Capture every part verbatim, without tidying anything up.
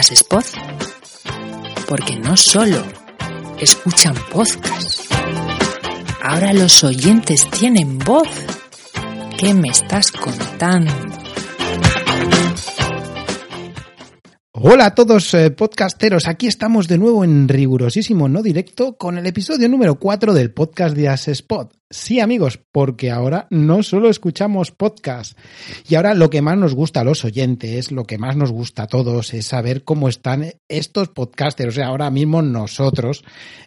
Asespod, porque no solo escuchan podcast, ahora los oyentes tienen voz. ¿Qué me estás contando? Hola a todos eh, podcasteros, aquí estamos de nuevo en rigurosísimo no directo con el episodio número cuatro del podcast de Asespod. Sí, amigos, porque ahora no solo escuchamos podcast, y ahora lo que más nos gusta a los oyentes, lo que más nos gusta a todos es saber cómo están estos podcasters, o sea, ahora mismo nosotros,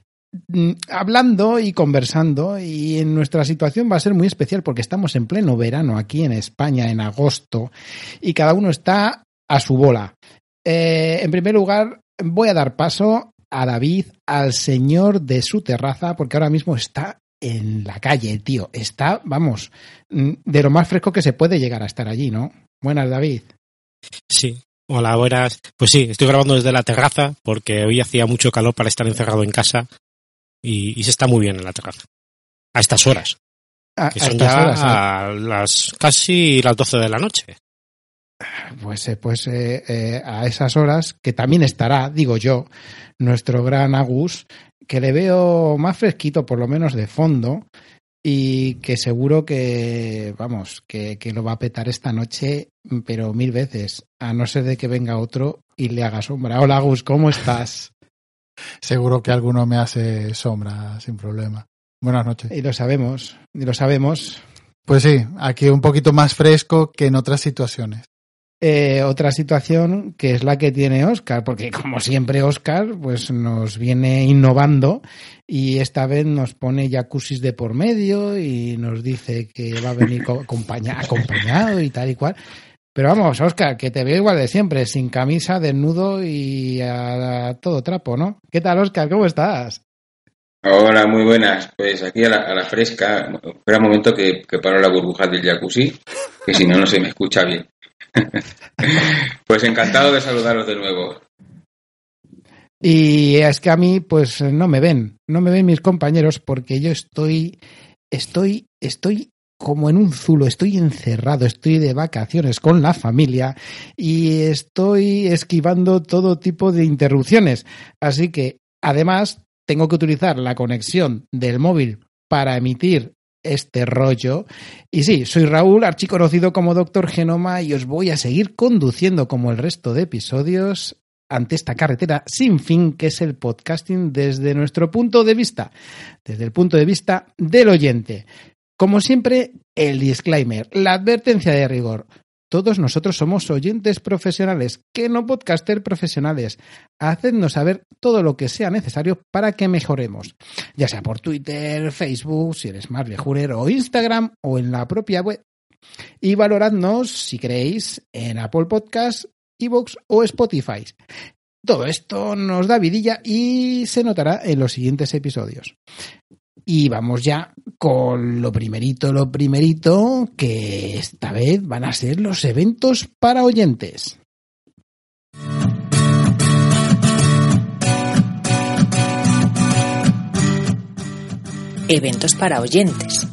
hablando y conversando, y en nuestra situación va a ser muy especial porque estamos en pleno verano aquí en España, en agosto, y cada uno está a su bola. Eh, en primer lugar, voy a dar paso a David, al señor de su terraza, porque ahora mismo está en la calle, tío. Está, vamos, de lo más fresco que se puede llegar a estar allí, ¿no? Buenas, David. Sí, hola, buenas. Pues sí, estoy grabando desde la terraza porque hoy hacía mucho calor para estar encerrado en casa y, y se está muy bien en la terraza. A estas horas. A, que son a estas ya horas, ¿eh? a las casi las doce de la noche. Pues, eh, pues eh, eh, a esas horas, que también estará, digo yo, nuestro gran Agus, que le veo más fresquito, por lo menos de fondo, y que seguro que, vamos, que, que lo va a petar esta noche, pero mil veces, a no ser de que venga otro y le haga sombra. Hola, Agus, ¿cómo estás? Seguro que alguno me hace sombra sin problema. Buenas noches. Y lo sabemos, y lo sabemos. Pues sí, aquí un poquito más fresco que en otras situaciones. Eh, otra situación que es la que tiene Óscar, porque como siempre Óscar pues nos viene innovando y esta vez nos pone jacuzzis de por medio y nos dice que va a venir acompaña, acompañado y tal y cual. Pero vamos, Óscar, que te veo igual de siempre, sin camisa, desnudo y a, a todo trapo, ¿no? ¿Qué tal, Óscar? ¿Cómo estás? Hola, muy buenas. Pues aquí a la, a la fresca. Espera un momento que, que paro la burbuja del jacuzzi, que si no, no se me escucha bien. Pues encantado de saludaros de nuevo. Y es que a mí, pues no me ven, no me ven mis compañeros porque yo estoy, estoy, estoy como en un zulo, estoy encerrado, estoy de vacaciones con la familia y estoy esquivando todo tipo de interrupciones. Así que, además, tengo que utilizar la conexión del móvil para emitir este rollo. Y sí, soy Raúl, archiconocido como Doctor Genoma, y os voy a seguir conduciendo como el resto de episodios ante esta carretera sin fin que es el podcasting desde nuestro punto de vista, desde el punto de vista del oyente. Como siempre, el disclaimer, la advertencia de rigor. Todos nosotros somos oyentes profesionales, que no podcaster profesionales. Hacednos saber todo lo que sea necesario para que mejoremos, ya sea por Twitter, Facebook, si eres más viejurero, o Instagram, o en la propia web. Y valoradnos, si queréis, en Apple Podcasts, iVoox o Spotify. Todo esto nos da vidilla y se notará en los siguientes episodios. Y vamos ya con lo primerito, lo primerito, que esta vez van a ser los eventos para oyentes. Eventos para oyentes.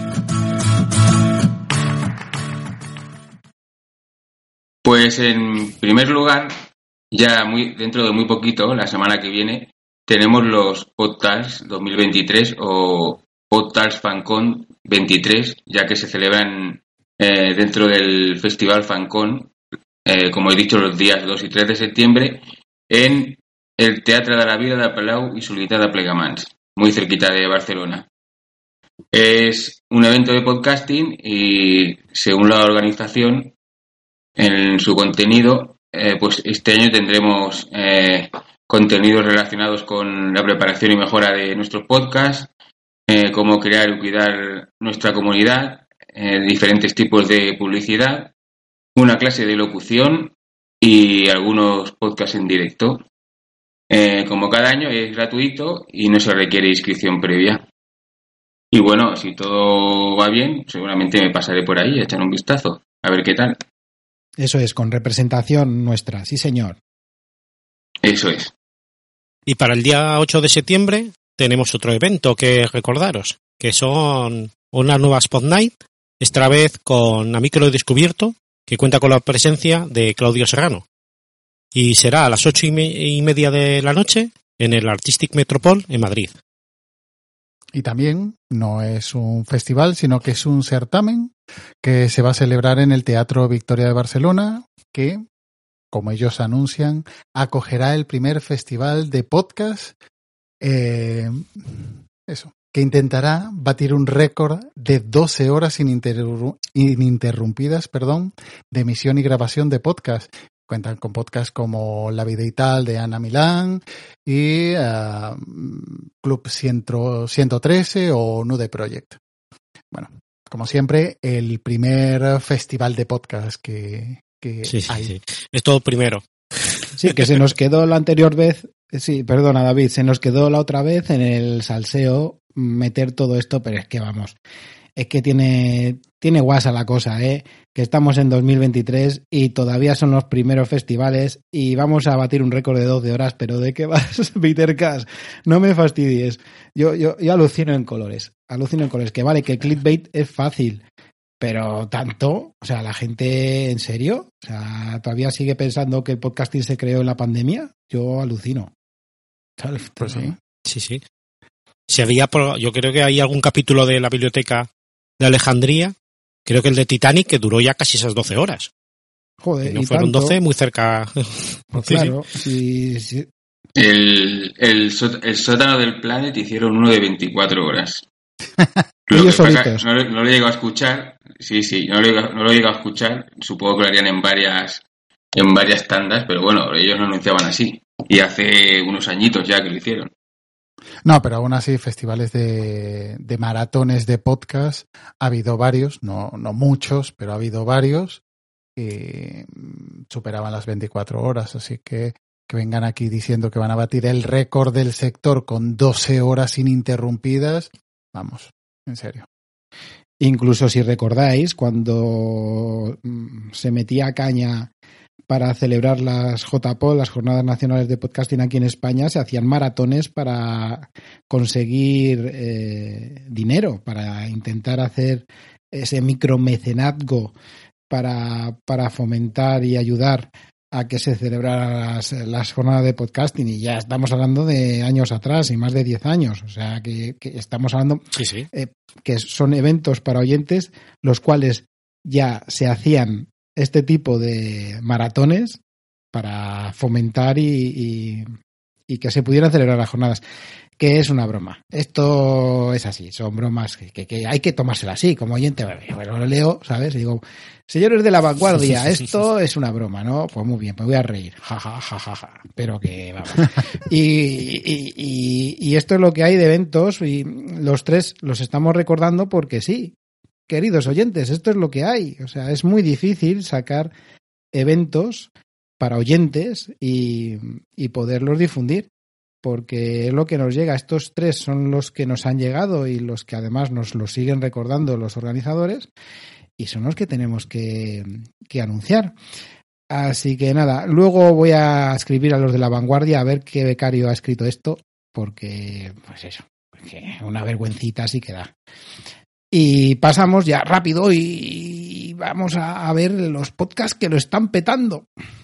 Pues en primer lugar, ya muy dentro de muy poquito, la semana que viene, tenemos los PodTalks dos mil veintitrés o PodTalks FanCon veintitrés, ya que se celebran eh, dentro del Festival FanCon, eh, como he dicho, los días dos y tres de septiembre, en el Teatre de la Vila de Palau y Solità de Plegamans, muy cerquita de Barcelona. Es un evento de podcasting y, según la organización, en su contenido, eh, pues este año tendremos eh, contenidos relacionados con la preparación y mejora de nuestros podcasts, eh, cómo crear y cuidar nuestra comunidad, eh, diferentes tipos de publicidad, una clase de locución y algunos podcasts en directo. Eh, como cada año es gratuito y no se requiere inscripción previa. Y bueno, si todo va bien, seguramente me pasaré por ahí a echar un vistazo, a ver qué tal. Eso es, con representación nuestra, sí señor. Eso es. Y para el día ocho de septiembre tenemos otro evento que recordaros, que son unas nuevas Pod Night, esta vez con A Micro Descubierto, que cuenta con la presencia de Claudio Serrano. y será a las ocho y, me- y media de la noche en el Artistic Metropol en Madrid. Y también no es un festival, sino que es un certamen que se va a celebrar en el Teatro Victoria de Barcelona, que, como ellos anuncian, acogerá el primer festival de podcast, eh, eso, que intentará batir un récord de doce horas ininterru- ininterrumpidas, perdón, de emisión y grabación de podcast. Cuentan con podcasts como La Vida y Tal de Ana Milán y uh, Club ciento trece o Nude Project. Bueno, como siempre, el primer festival de podcast que, que Sí, sí, hay. sí. Es todo primero. Sí, que se nos quedó la anterior vez, sí, perdona David, se nos quedó la otra vez en el salseo meter todo esto, pero es que vamos, es que tiene, tiene guasa la cosa, ¿eh? Que estamos en dos mil veintitrés y todavía son los primeros festivales y vamos a batir un récord de doce horas, pero ¿de qué vas, Peter Cash? No me fastidies. Yo, yo, yo alucino en colores, alucino en colores, que vale, que el clickbait es fácil, pero tanto, o sea, la gente, ¿en serio? O sea, ¿todavía sigue pensando que el podcasting se creó en la pandemia? Yo alucino. ¿Sabes? Pues sí. Sí, sí. Si había, por- yo creo que hay algún capítulo de la biblioteca de Alejandría, creo que el de Titanic, que duró ya casi esas doce horas. Joder, Y no y fueron tanto, doce, muy cerca. pues Sí, claro, sí, sí. El, el, só- el sótano del Planet hicieron uno de veinticuatro horas. Ellos que pasa, solitos. no, lo- no lo he llegado a escuchar, sí, sí, no lo, he llegado- no lo he llegado a escuchar, supongo que lo harían en varias, en varias tandas, pero bueno, ellos lo anunciaban así. Y hace unos añitos ya que lo hicieron. No, pero aún así, festivales de, de maratones de podcast ha habido varios, no, no muchos, pero ha habido varios que mm, superaban las veinticuatro horas, así que que vengan aquí diciendo que van a batir el récord del sector con doce horas ininterrumpidas, vamos, en serio. Incluso si recordáis, cuando mm, se metía caña para celebrar las J P O, las Jornadas Nacionales de Podcasting aquí en España, se hacían maratones para conseguir eh, dinero, para intentar hacer ese micromecenazgo para, para fomentar y ayudar a que se celebraran las, las jornadas de podcasting, y ya estamos hablando de años atrás y más de diez años, o sea que, que estamos hablando sí, sí. eh, que son eventos para oyentes los cuales ya se hacían este tipo de maratones para fomentar y, y, y que se pudieran celebrar las jornadas, que es una broma. Esto es así, son bromas que, que, que hay que tomárselo así, como oyente. Bueno, lo leo, ¿sabes? Y digo, señores de la vanguardia, esto es una broma, ¿no? Pues muy bien, me voy a reír, ja, ja, ja, ja, ja. Pero que vamos. Y, y, y, y esto es lo que hay de eventos, y los tres los estamos recordando porque sí, queridos oyentes, esto es lo que hay. O sea, es muy difícil sacar eventos para oyentes y, y poderlos difundir, porque es lo que nos llega. Estos tres son los que nos han llegado y los que además nos lo siguen recordando los organizadores, y son los que tenemos que, que anunciar. Así que nada, luego voy a escribir a los de la vanguardia a ver qué becario ha escrito esto, porque, pues eso, porque una vergüencita sí que da. Y pasamos ya rápido y vamos a ver los podcasts que lo están petando.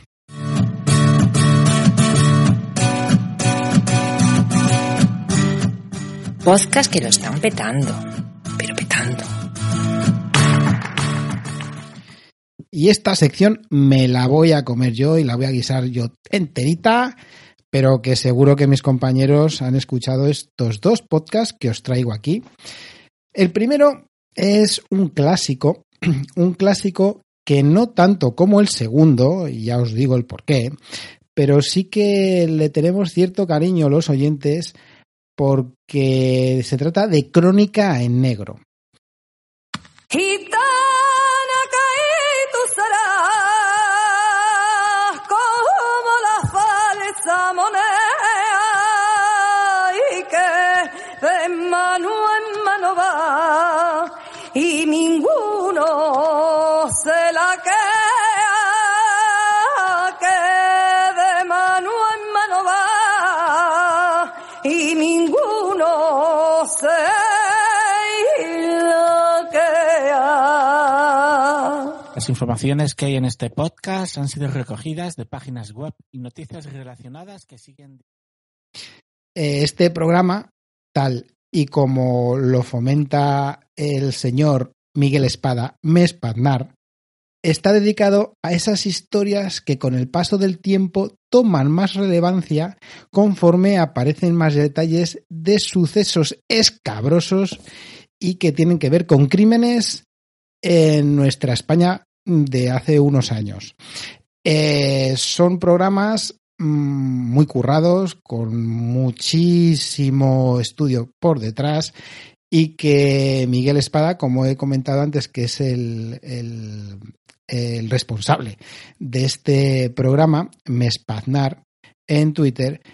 Podcasts que lo están petando, pero petando. Y esta sección me la voy a comer yo y la voy a guisar yo enterita, pero que seguro que mis compañeros han escuchado estos dos podcasts que os traigo aquí. El primero es un clásico, un clásico que no tanto como el segundo, y ya os digo el porqué, pero sí que le tenemos cierto cariño a los oyentes porque se trata de Crónica en Negro. Gitana caí tú serás como la falsa moneda y que de mano en mano va y ninguno se la queda, que de mano en mano va y ninguno se la queda. Las informaciones que hay en este podcast han sido recogidas de páginas web y noticias relacionadas que siguen. Este programa, tal y como lo fomenta el señor Miguel Espada, Mespaznar, está dedicado a esas historias que con el paso del tiempo toman más relevancia conforme aparecen más detalles de sucesos escabrosos y que tienen que ver con crímenes en nuestra España de hace unos años. Eh, son programas mmm, muy currados, con muchísimo estudio por detrás y que Miguel Espada, como he comentado antes, que es el, el, el responsable de este programa, Mespaznar, en Twitter,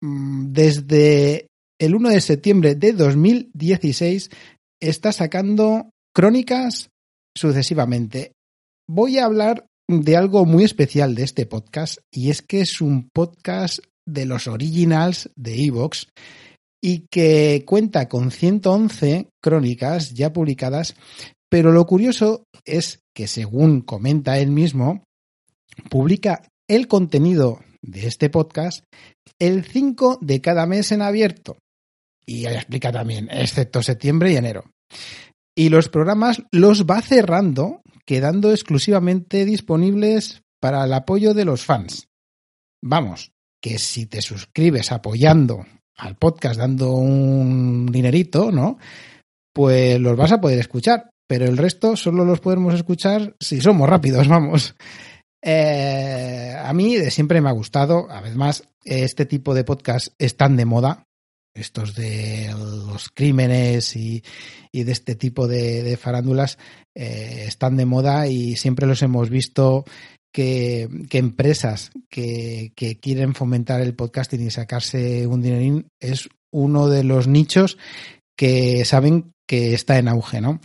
desde el uno de septiembre de dos mil dieciséis está sacando crónicas sucesivamente. Voy a hablar de algo muy especial de este podcast, y es que es un podcast de los originals de iVoox y que cuenta con ciento once crónicas ya publicadas, pero lo curioso es que, según comenta él mismo, publica el contenido de este podcast el cinco de cada mes en abierto. Y ahí explica también, excepto septiembre y enero. Y los programas los va cerrando, quedando exclusivamente disponibles para el apoyo de los fans. Vamos, que si te suscribes apoyando al podcast, dando un dinerito, ¿no?, pues los vas a poder escuchar, pero el resto solo los podemos escuchar si somos rápidos, vamos. Eh, a mí de siempre me ha gustado, además este tipo de podcast están de moda, estos de los crímenes y, y de este tipo de, de farándulas eh, están de moda, y siempre los hemos visto que, que empresas que, que quieren fomentar el podcasting y sacarse un dinerín es uno de los nichos que saben que está en auge, ¿no?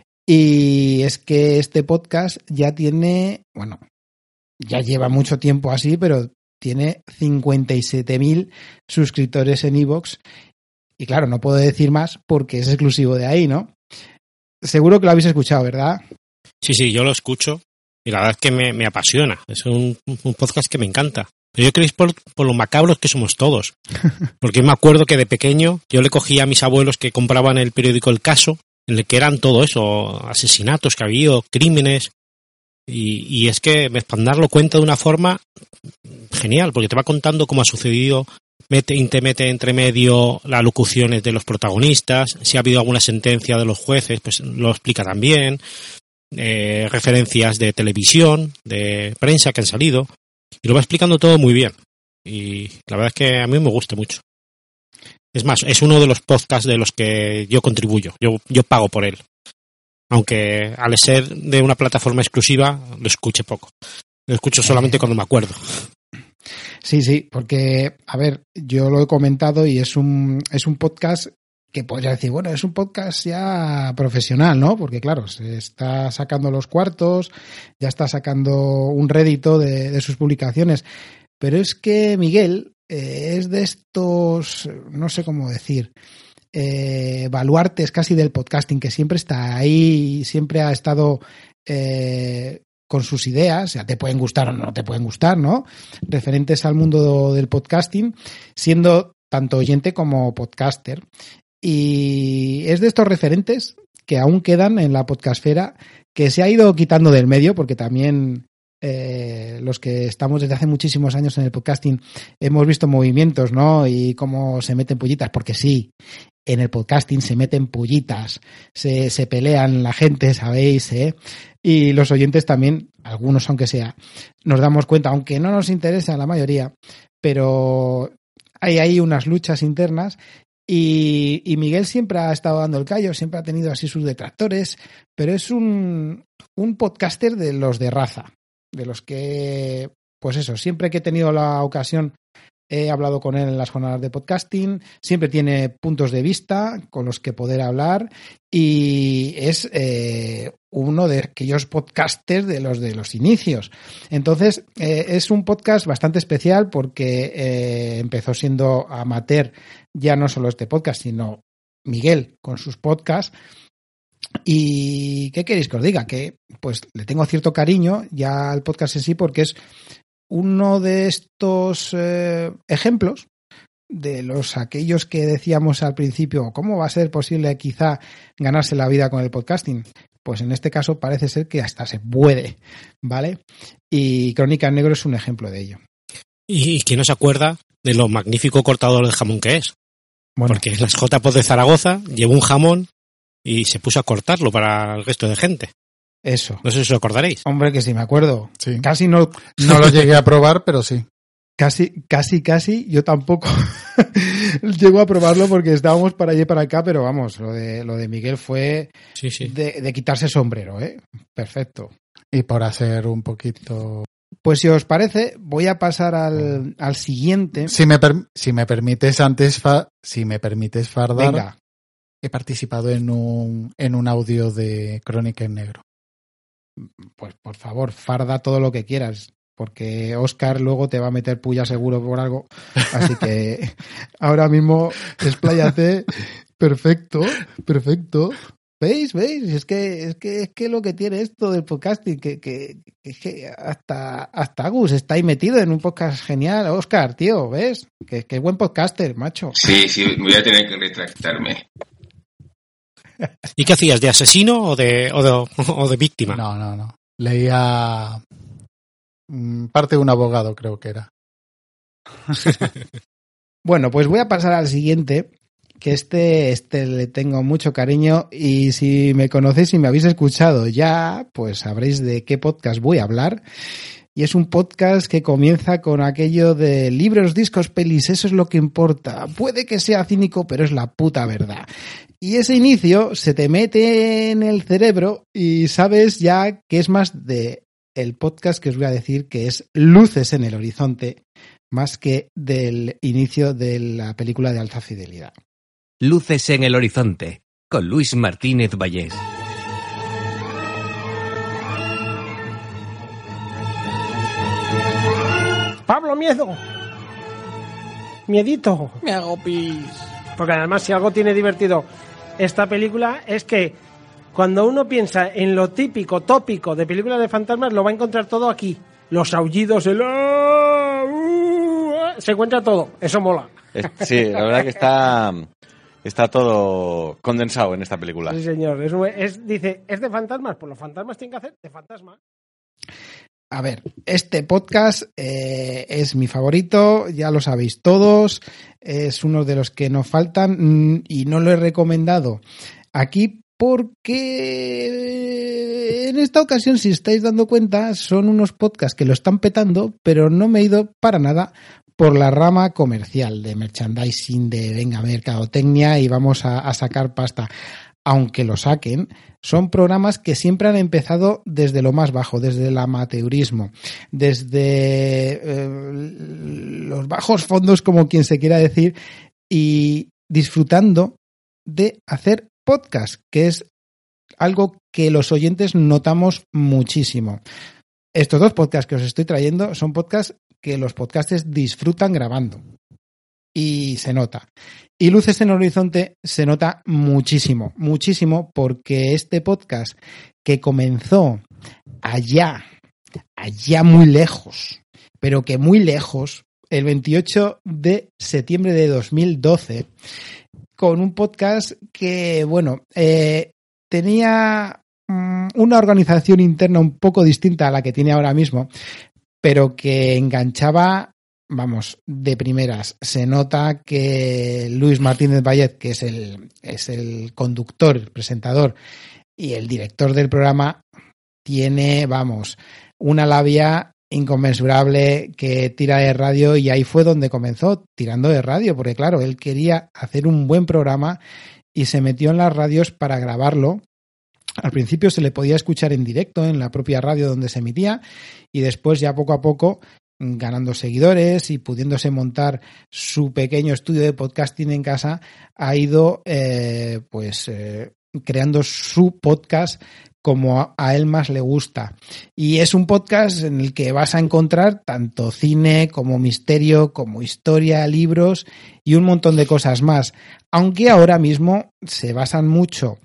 Y es que este podcast ya tiene, bueno, ya lleva mucho tiempo así, pero tiene cincuenta y siete mil suscriptores en iVoox. Y claro, no puedo decir más porque es exclusivo de ahí, ¿no? Seguro que lo habéis escuchado, ¿verdad? Sí, sí, yo lo escucho y la verdad es que me, me apasiona. Es un, un podcast que me encanta. Pero yo creo que es por, por lo macabros que somos todos. Porque me acuerdo que de pequeño yo le cogía a mis abuelos que compraban el periódico El Caso, en el que eran todo eso, asesinatos que había, crímenes. Y, y es que Mespaznar lo cuenta de una forma genial, porque te va contando cómo ha sucedido, mete, te mete entre medio las locuciones de los protagonistas, si ha habido alguna sentencia de los jueces, pues lo explica también, eh, referencias de televisión, de prensa que han salido, y lo va explicando todo muy bien. Y la verdad es que a mí me gusta mucho. Es más, es uno de los podcasts de los que yo contribuyo, yo, yo pago por él. Aunque al ser de una plataforma exclusiva lo escuche poco. Lo escucho solamente cuando me acuerdo. Sí, sí, porque, a ver, yo lo he comentado y es un, es un podcast que podría decir, bueno, es un podcast ya profesional, ¿no? Porque claro, se está sacando los cuartos, ya está sacando un rédito de, de sus publicaciones. Pero es que Miguel eh, es de estos, no sé cómo decir, eh, baluartes casi del podcasting, que siempre está ahí, siempre ha estado eh, con sus ideas, ya te pueden gustar o no te pueden gustar, ¿no?, referentes al mundo del podcasting, siendo tanto oyente como podcaster. Y es de estos referentes que aún quedan en la podcastfera, que se ha ido quitando del medio, porque también eh, los que estamos desde hace muchísimos años en el podcasting hemos visto movimientos, ¿no?, y cómo se meten pullitas, porque sí, en el podcasting se meten pullitas, se, se pelean la gente, ¿sabéis?, ¿eh? Y los oyentes también, algunos aunque sea, nos damos cuenta, aunque no nos interesa la mayoría, pero hay ahí unas luchas internas. Y, y Miguel siempre ha estado dando el callo, siempre ha tenido así sus detractores, pero es un, un podcaster de los de raza, de los que, pues eso, siempre que he tenido la ocasión he hablado con él en las jornadas de podcasting, siempre tiene puntos de vista con los que poder hablar y es eh, uno de aquellos podcasters de los de los inicios. Entonces, eh, es un podcast bastante especial porque eh, empezó siendo amateur, ya no solo este podcast, sino Miguel con sus podcasts. ¿Y qué queréis que os diga? Que pues le tengo cierto cariño ya al podcast en sí, porque es uno de estos eh, ejemplos de los aquellos que decíamos al principio, ¿cómo va a ser posible quizá ganarse la vida con el podcasting? Pues en este caso parece ser que hasta se puede, ¿vale? Y Crónica en Negro es un ejemplo de ello. ¿Y quién no se acuerda de lo magnífico cortador de jamón que es? Bueno, porque en las J P O de Zaragoza llevó un jamón y se puso a cortarlo para el resto de gente. Eso. No sé si os acordaréis. Hombre, que sí me acuerdo. Sí. Casi no... No lo llegué a probar, pero sí. Casi, casi, casi, yo tampoco llego a probarlo porque estábamos para allá y para acá, pero vamos, lo de lo de Miguel fue Sí, sí. de, de quitarse el sombrero, ¿eh? Perfecto. Y por hacer un poquito... Pues si os parece, voy a pasar al, al siguiente. Si me, per- si me permites antes, fa- si me permites fardar, Venga, he participado en un, en un audio de Crónica en Negro. pues por favor, farda todo lo que quieras, porque Óscar luego te va a meter puya seguro por algo, así que ahora mismo expláyate. Perfecto, perfecto. ¿Veis? ¿Veis? Es que es que es que lo que tiene esto del podcasting, que, que, que, que hasta, hasta Agus está ahí metido en un podcast genial. Óscar, tío, ¿ves? Que, que es buen podcaster, macho. Sí, sí, voy a tener que retractarme. ¿Y qué hacías? ¿De asesino o de, o de, o de víctima? No, no, no. Leía mm, parte de un abogado, creo que era. Bueno, pues voy a pasar al siguiente, que este, este le tengo mucho cariño, y si me conocéis y me habéis escuchado ya, pues sabréis de qué podcast voy a hablar. Y es un podcast que comienza con aquello de libros, discos, pelis, eso es lo que importa. Puede que sea cínico, pero es la puta verdad. Y ese inicio se te mete en el cerebro y sabes ya que es más de el podcast que os voy a decir, que es Luces en el Horizonte, más que del inicio de la película de Alta Fidelidad. Luces en el Horizonte, con Luis Martínez Vallés. Pablo, miedo. Miedito. Me hago pis. Porque además, si algo tiene divertido esta película es que cuando uno piensa en lo típico, tópico de películas de fantasmas, lo va a encontrar todo aquí. Los aullidos, el... ¡ah! ¡uh! ¡ah! Se encuentra todo. Eso mola. Sí, la verdad que está, está todo condensado en esta película. Sí, señor. Es, es, dice, ¿es de fantasmas? Pues los fantasmas tienen que hacer de fantasma. A ver, este podcast eh, es mi favorito, ya lo sabéis todos, es uno de los que nos faltan y no lo he recomendado aquí porque en esta ocasión, si estáis dando cuenta, son unos podcasts que lo están petando, pero no me he ido para nada por la rama comercial de merchandising, de venga, mercadotecnia y vamos a, a sacar pasta. Aunque lo saquen, son programas que siempre han empezado desde lo más bajo, desde el amateurismo, desde eh, los bajos fondos, como quien se quiera decir, y disfrutando de hacer podcast, que es algo que los oyentes notamos muchísimo. Estos dos podcasts que os estoy trayendo son podcasts que los podcasters disfrutan grabando. Y se nota. Y Luces en el Horizonte se nota muchísimo, muchísimo, porque este podcast que comenzó allá, allá muy lejos, pero que muy lejos, el veintiocho de septiembre de dos mil doce, con un podcast que, bueno, eh, tenía mm, una organización interna un poco distinta a la que tiene ahora mismo, pero que enganchaba... Vamos, de primeras, se nota que Luis Martínez Vallés, que es el, es el conductor, el presentador y el director del programa, tiene, vamos, una labia inconmensurable que tira de radio, y ahí fue donde comenzó, tirando de radio, porque claro, él quería hacer un buen programa y se metió en las radios para grabarlo. Al principio se le podía escuchar en directo en la propia radio donde se emitía, y después ya poco a poco, ganando seguidores y pudiéndose montar su pequeño estudio de podcasting en casa, ha ido eh, pues eh, creando su podcast como a él más le gusta. Y es un podcast en el que vas a encontrar tanto cine como misterio, como historia, libros y un montón de cosas más. Aunque ahora mismo se basan mucho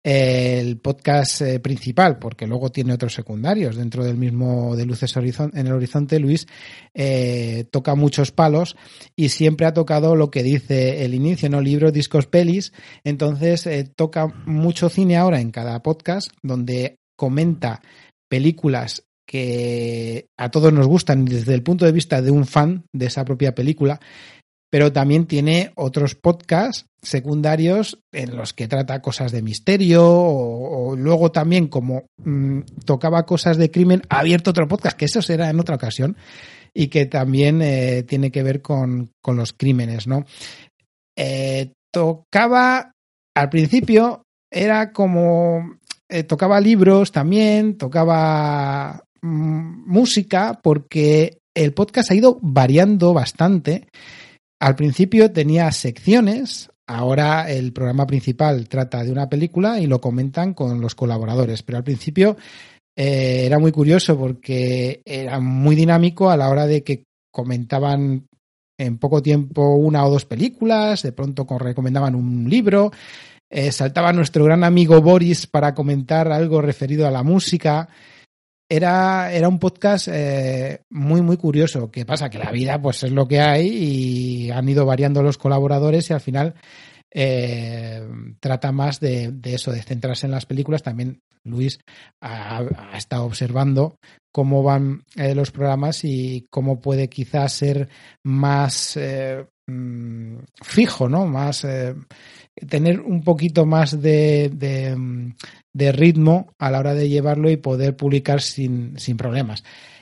el podcast eh, principal, porque luego tiene otros secundarios dentro del mismo de Luces Horizon- en el Horizonte. Luis eh, toca muchos palos y siempre ha tocado lo que dice el inicio, ¿no? Libros, discos, pelis. Entonces eh, toca mucho cine ahora en cada podcast, donde comenta películas que a todos nos gustan desde el punto de vista de un fan de esa propia película, pero también tiene otros podcasts secundarios en los que trata cosas de misterio o, o luego también como mmm, tocaba cosas de crimen, ha abierto otro podcast, que eso será en otra ocasión y que también eh, tiene que ver con, con los crímenes, ¿no? Eh, tocaba, al principio era como, eh, tocaba libros también, tocaba música, porque el podcast ha ido variando bastante. Al principio tenía secciones, ahora el programa principal trata de una película y lo comentan con los colaboradores, pero al principio eh, era muy curioso porque era muy dinámico a la hora de que comentaban en poco tiempo una o dos películas, de pronto recomendaban un libro, eh, saltaba nuestro gran amigo Boris para comentar algo referido a la música. Era, era un podcast eh, muy, muy curioso. ¿Qué pasa? Que la vida pues es lo que hay y han ido variando los colaboradores y al final eh, trata más de, de eso, de centrarse en las películas. También Luis ha, ha estado observando cómo van eh, los programas y cómo puede quizás ser más eh, mmm, fijo, ¿no? Más eh, tener un poquito más de, de, de ritmo a la hora de llevarlo y poder publicar sin, sin problemas.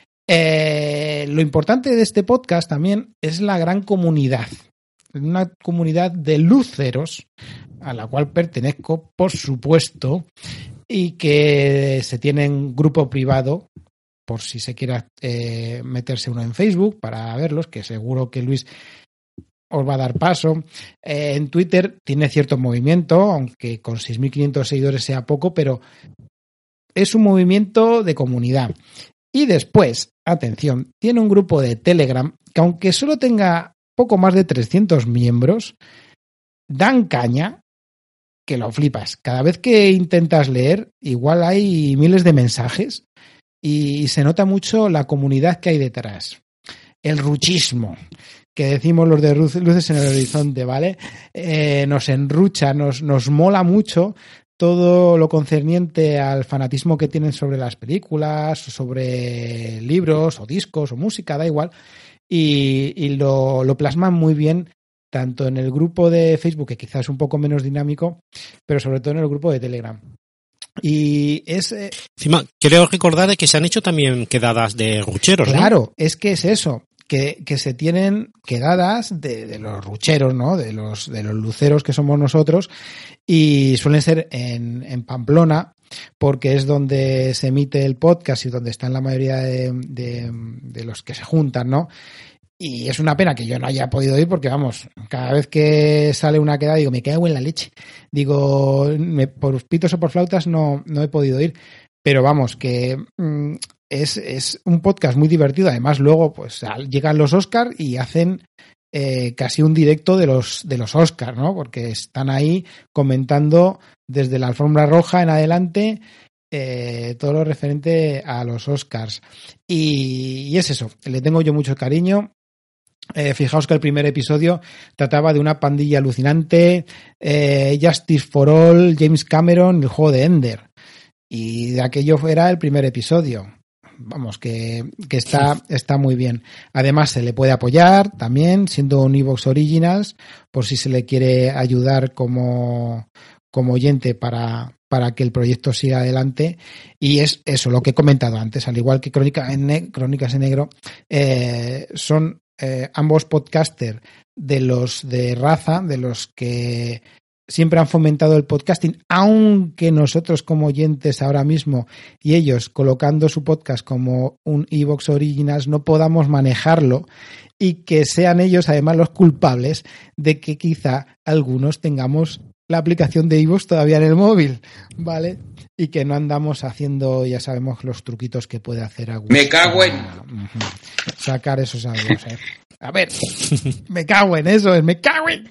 Eh, lo importante de este podcast también es la gran comunidad, una comunidad de luceros a la cual pertenezco, por supuesto, y que se tienen grupo privado por si se quiera eh, meterse uno en Facebook para verlos, que seguro que Luis os va a dar paso. Eh, en Twitter tiene cierto movimiento, aunque con seis mil quinientos seguidores sea poco, pero es un movimiento de comunidad. Y después, atención, tiene un grupo de Telegram que aunque solo tenga poco más de trescientos miembros, dan caña que lo flipas. Cada vez que intentas leer, igual hay miles de mensajes y se nota mucho la comunidad que hay detrás. El ruchismo, que decimos los de Luces en el Horizonte, ¿vale? Eh, nos enrucha, nos, nos mola mucho todo lo concerniente al fanatismo que tienen sobre las películas, sobre libros o discos o música, da igual, y, y lo, lo plasman muy bien tanto en el grupo de Facebook, que quizás es un poco menos dinámico, pero sobre todo en el grupo de Telegram. Y es... Eh, Encima, creo recordar que se han hecho también quedadas de rucheros, ¿no? Claro, es que es eso. Que, que se tienen quedadas de, de los rucheros, ¿no? De los, de los luceros que somos nosotros, y suelen ser en, en Pamplona, porque es donde se emite el podcast y donde están la mayoría de, de, de los que se juntan, ¿no? Y es una pena que yo no haya podido ir porque, vamos, cada vez que sale una quedada digo, me cago en la leche. Digo, me, por pitos o por flautas no, no he podido ir. Pero vamos, que... Mmm, Es, es un podcast muy divertido. Además, luego pues llegan los Oscars y hacen eh, casi un directo de los de los Oscars, ¿no? Porque están ahí comentando desde la alfombra roja en adelante eh, todo lo referente a los Oscars. Y, y es eso, le tengo yo mucho cariño. Eh, fijaos que el primer episodio trataba de una pandilla alucinante, eh, Justice for All, James Cameron, el juego de Ender. Y de aquello era el primer episodio. Vamos, que, que está, está muy bien. Además, se le puede apoyar también, siendo un iVoox Originals, por si se le quiere ayudar como, como oyente para, para que el proyecto siga adelante. Y es eso, lo que he comentado antes, al igual que Crónica en ne- Crónicas en Negro, eh, son eh, ambos podcasters de los de raza, de los que siempre han fomentado el podcasting, aunque nosotros como oyentes ahora mismo y ellos colocando su podcast como un iVoox Originals no podamos manejarlo y que sean ellos además los culpables de que quizá algunos tengamos la aplicación de iVoox todavía en el móvil, ¿vale? Y que no andamos haciendo, ya sabemos, los truquitos que puede hacer Agus. Me cago en... Sacar esos audios, ¿eh? A ver, me cago en eso, me cago en...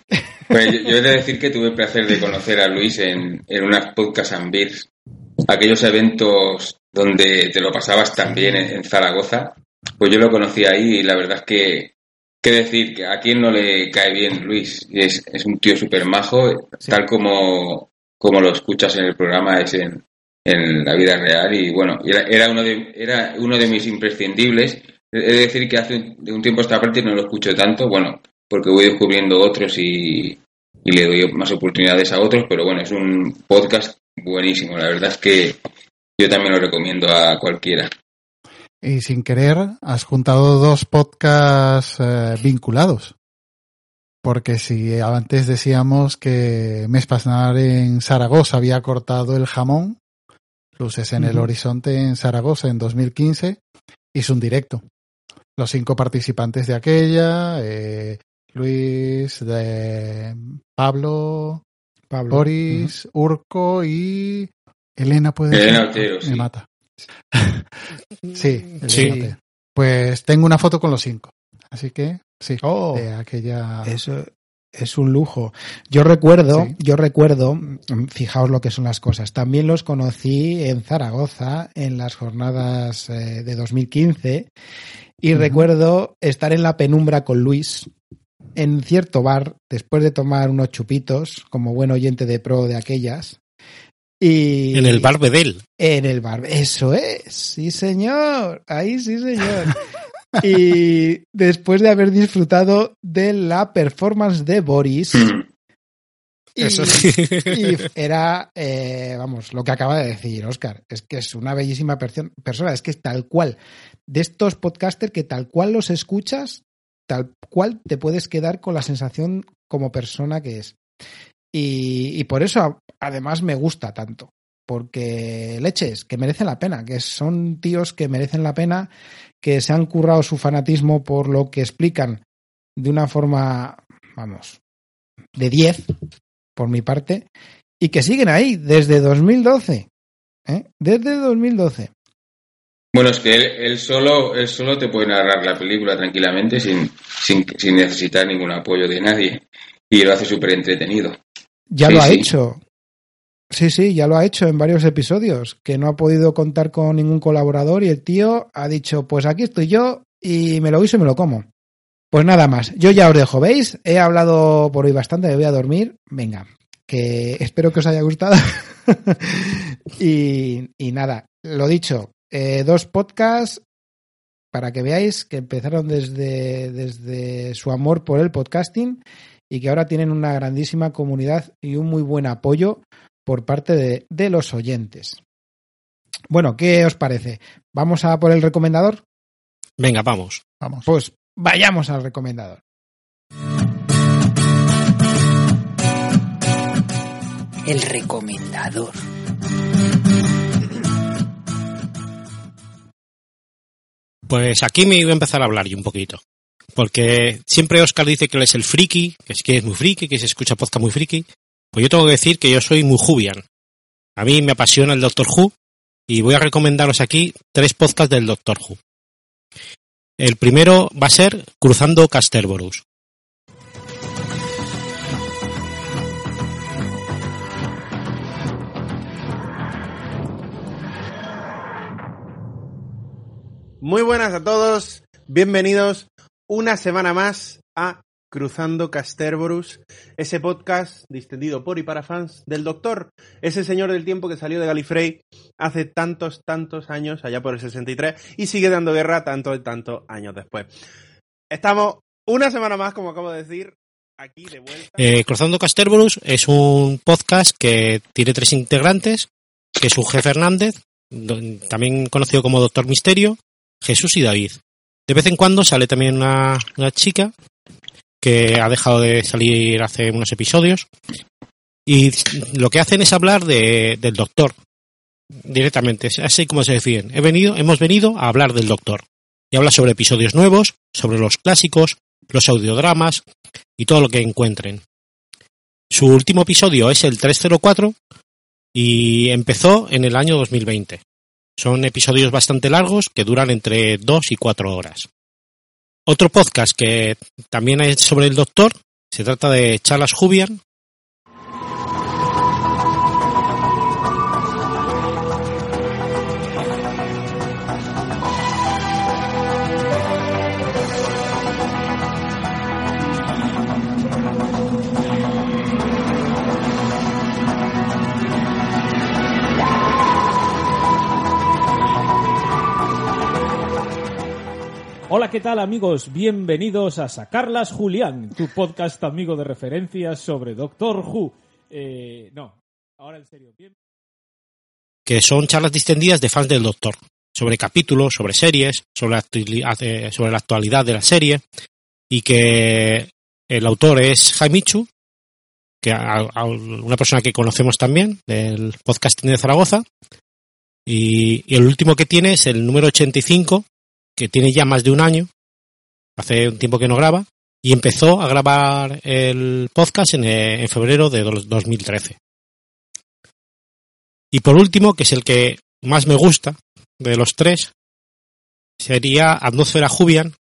Pues yo, yo he de decir que tuve el placer de conocer a Luis en, en unas Podcast and Beers, aquellos eventos donde te lo pasabas tan bien en, en Zaragoza. Pues yo lo conocí ahí y la verdad es que, qué decir, que a quien no le cae bien Luis. Es, es un tío súper majo, sí. Tal como, como lo escuchas en el programa, es en, en la vida real. Y bueno, era, era, uno de, era uno de mis imprescindibles. He de decir que hace un, de un tiempo a esta parte no lo escucho tanto, bueno, porque voy descubriendo otros y, y le doy más oportunidades a otros, pero bueno, es un podcast buenísimo. La verdad es que yo también lo recomiendo a cualquiera. Y sin querer, has juntado dos podcasts eh, vinculados. Porque si antes decíamos que Mespasnar en Zaragoza había cortado el jamón, Luces en uh-huh. el Horizonte en Zaragoza en dos mil quince hizo un directo. Los cinco participantes de aquella, eh, Luis, de Pablo, Pablo. Boris, uh-huh. Urco y Elena puede ser. Elena Otero, sí. Me mata. Sí, sí. Pues tengo una foto con los cinco. Así que sí, oh, de aquella. Eso es un lujo. Yo recuerdo, sí. yo recuerdo, fijaos lo que son las cosas. También los conocí en Zaragoza en las jornadas eh, de dos mil quince y uh-huh. recuerdo estar en la penumbra con Luis en cierto bar después de tomar unos chupitos como buen oyente de pro de aquellas. Y en el bar Bedel. En el bar, eso es, sí señor, ahí sí señor. Y después de haber disfrutado de la performance de Boris, y, eso sí. y era, eh, vamos, lo que acaba de decir Óscar, es que es una bellísima per- persona, es que es tal cual, de estos podcasters que tal cual los escuchas, tal cual te puedes quedar con la sensación como persona que es. Y, y por eso además me gusta tanto, porque leches, que merecen la pena, que son tíos que merecen la pena, que se han currado su fanatismo por lo que explican de una forma, vamos, de diez, por mi parte, y que siguen ahí desde dos mil doce, ¿eh? Desde dos mil doce. Bueno, es que él, él solo él solo te puede narrar la película tranquilamente sin, sin, sin necesitar ningún apoyo de nadie, y lo hace súper entretenido. Ya sí, lo ha sí. hecho. Sí, sí, ya lo ha hecho en varios episodios, que no ha podido contar con ningún colaborador y el tío ha dicho, pues aquí estoy yo y me lo guiso y me lo como. Pues nada más, yo ya os dejo, ¿veis? He hablado por hoy bastante, me voy a dormir. Venga, que espero que os haya gustado. y, y nada, lo dicho, eh, dos podcasts para que veáis que empezaron desde, desde su amor por el podcasting y que ahora tienen una grandísima comunidad y un muy buen apoyo por parte de, de los oyentes. Bueno, ¿qué os parece? ¿Vamos a por el recomendador? Venga, vamos. Vamos. Pues vayamos al recomendador. El recomendador. Pues aquí me iba a empezar a hablar yo un poquito. Porque siempre Óscar dice que él es el friki, que es que es muy friki, que se escucha podcast muy friki. Pues yo tengo que decir que yo soy muy Whovian. A mí me apasiona el Doctor Who y voy a recomendaros aquí tres podcasts del Doctor Who. El primero va a ser Cruzando Casterborous. Muy buenas a todos, bienvenidos una semana más a Cruzando Casterborous, ese podcast distendido por y para fans del Doctor, ese señor del tiempo que salió de Gallifrey hace tantos, tantos años, allá por el sesenta y tres, y sigue dando guerra tantos y tantos años después. Estamos una semana más, como acabo de decir, aquí de vuelta. Eh, Cruzando Casterborous es un podcast que tiene tres integrantes, que es un jefe Hernández, también conocido como Doctor Misterio, Jesús y David. De vez en cuando sale también una, una chica que ha dejado de salir hace unos episodios y lo que hacen es hablar de, del Doctor directamente, es así como se deciden. He venido, hemos venido a hablar del Doctor y habla sobre episodios nuevos, sobre los clásicos, los audiodramas y todo lo que encuentren. Su último episodio es el trescientos cuatro y empezó en el año dos mil veinte. Son episodios bastante largos que duran entre dos y cuatro horas. Otro podcast que también es sobre el Doctor Se trata de Charlas Jubian. Hola, ¿qué tal, amigos? Bienvenidos a Sacarlas Julián, tu podcast amigo de referencias sobre Doctor Who. Eh, no, ahora en serio. Bien. Que son charlas distendidas de fans del Doctor, sobre capítulos, sobre series, sobre la, actuali- sobre la actualidad de la serie, y que el autor es Jaimichu, que a, a una persona que conocemos también del podcasting de Zaragoza, y, y el último que tiene es el número ochenta y cinco, que tiene ya más de un año, hace un tiempo que no graba, y empezó a grabar el podcast en, en febrero de dos mil trece. Y por último, que es el que más me gusta de los tres, sería Atmósfera Jubian.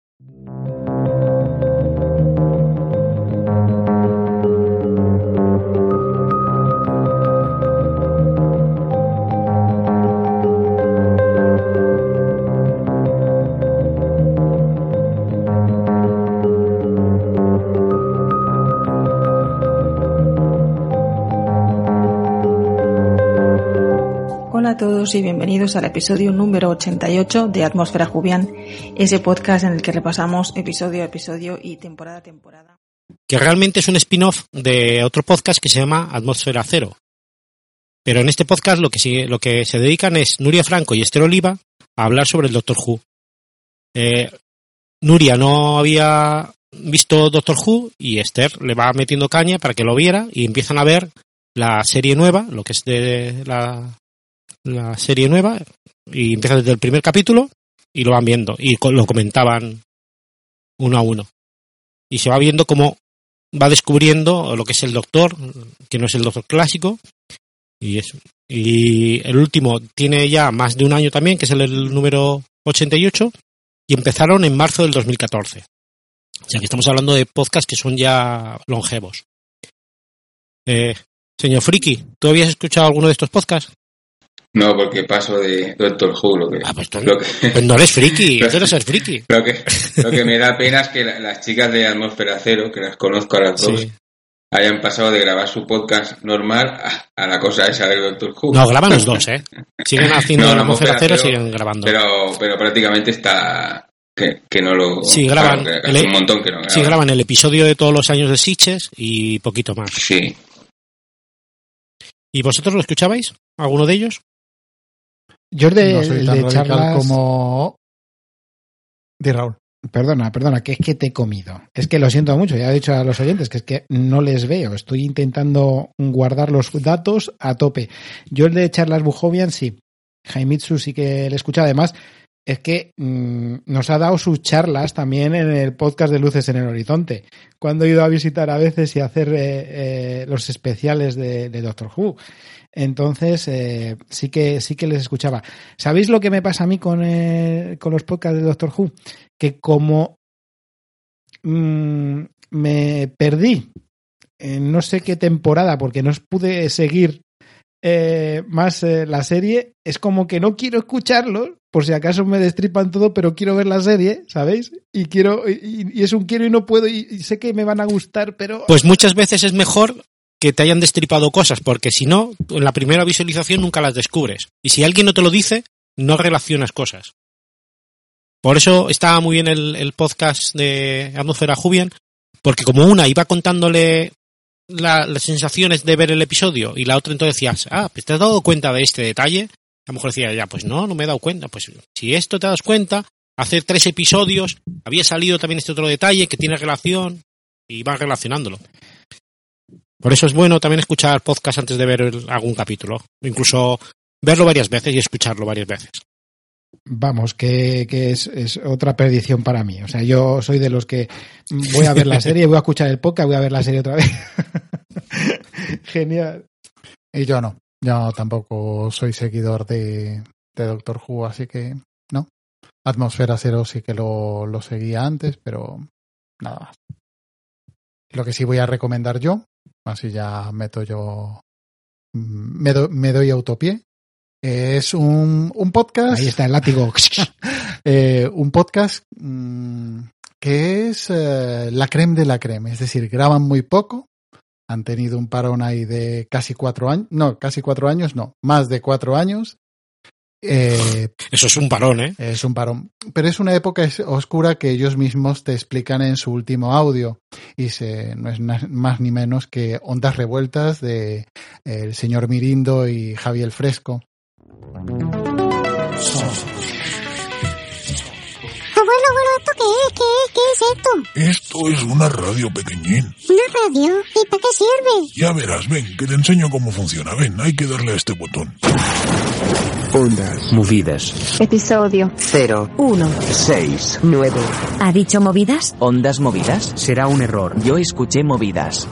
Hola a todos y bienvenidos al episodio número ochenta y ocho de Atmósfera Jubian, ese podcast en el que repasamos episodio a episodio y temporada a temporada. Que realmente es un spin-off de otro podcast que se llama Atmósfera Cero. Pero en este podcast lo que, se, lo que se dedican es Nuria Franco y Esther Oliva a hablar sobre el Doctor Who. Eh, Nuria no había visto Doctor Who y Esther le va metiendo caña para que lo viera y empiezan a ver la serie nueva, lo que es de la... la serie nueva, y empieza desde el primer capítulo y lo van viendo y lo comentaban uno a uno y se va viendo cómo va descubriendo lo que es el Doctor, que no es el Doctor clásico, y eso. Y el último tiene ya más de un año también, que es el, el número ochenta y ocho, y empezaron en marzo del dos mil catorce, o sea que estamos hablando de podcasts que son ya longevos. eh, señor Friki, ¿tú habías escuchado alguno de estos podcasts? No, porque paso de Doctor Who. Lo que, ah, pues, tú, lo que, pues no eres friki, tú eres el friki. Lo que, lo que me da pena es que la, las chicas de Atmósfera Cero, que las conozco a las dos, sí, hayan pasado de grabar su podcast normal a, a la cosa esa de Doctor Who. No, graban los dos, ¿eh? Siguen haciendo no, la Atmósfera Cero, Cero, siguen grabando. Pero, pero prácticamente está... Que, que no lo... Sí, graban, claro, que, que el, un montón que no graban. Sí, graban el episodio de todos los años de Sitges y poquito más. Sí. ¿Y vosotros lo escuchabais? ¿Alguno de ellos? Yo de, no soy tan de charlas como de Raúl. Perdona, perdona, que es que te he comido. Es que lo siento mucho, ya he dicho a los oyentes que es que no les veo. Estoy intentando guardar los datos a tope. Yo el de charlas Bujovian sí. Jaimitsu sí que le escucha. Además, es que mmm, nos ha dado sus charlas también en el podcast de Luces en el Horizonte, cuando he ido a visitar a veces y a hacer eh, eh, los especiales de, de Doctor Who. Entonces, eh, sí que sí que les escuchaba. ¿Sabéis lo que me pasa a mí con, eh, con los podcasts de Doctor Who? Que como mmm, me perdí en no sé qué temporada, porque no pude seguir eh, más eh, la serie, es como que no quiero escucharlos, por si acaso me destripan todo, pero quiero ver la serie, ¿sabéis? Y quiero y, y es un quiero y no puedo, y, y sé que me van a gustar, pero... Pues muchas veces es mejor que te hayan destripado cosas, porque si no, en la primera visualización nunca las descubres. Y si alguien no te lo dice, no relacionas cosas. Por eso estaba muy bien el, el podcast de Atmósfera Jubian, porque como una iba contándole la, las sensaciones de ver el episodio y la otra entonces decías, ah, pues te has dado cuenta de este detalle. A lo mejor decía, ya, pues no, no me he dado cuenta. Pues si esto te das cuenta, hace tres episodios había salido también este otro detalle que tiene relación, y van relacionándolo. Por eso es bueno también escuchar podcast antes de ver el, algún capítulo. Incluso verlo varias veces y escucharlo varias veces. Vamos, que, que es, es otra perdición para mí. O sea, yo soy de los que voy a ver la serie, voy a escuchar el podcast, voy a ver la serie otra vez. Genial. Y yo no. Yo tampoco soy seguidor de, de Doctor Who, así que no. Atmósfera Cero sí que lo, lo seguía antes, pero nada más. Lo que sí voy a recomendar yo, así ya meto yo, me, do, me doy autopié, es un, un podcast. Ahí está el látigo. eh, un podcast mmm, que es eh, la creme de la creme, es decir, graban muy poco, han tenido un parón ahí de casi cuatro años, no, casi cuatro años, no, más de cuatro años. Eh, Eso es un parón, ¿eh? Es un parón. Pero es una época oscura que ellos mismos te explican en su último audio. Y se, no es más ni menos que Ondas Revueltas de eh, el señor Mirindo y Javier Fresco. Abuelo, abuelo, ¿esto qué es? ¿Qué es? ¿Qué es esto? Esto es una radio pequeñín. ¿Una radio? ¿Y para qué sirve? Ya verás, ven, que te enseño cómo funciona. Ven, hay que darle a este botón. Ondas movidas. Episodio Cero. uno. Seis. Nueve. ¿Ha dicho movidas? ¿Ondas movidas? Será un error. Yo escuché movidas.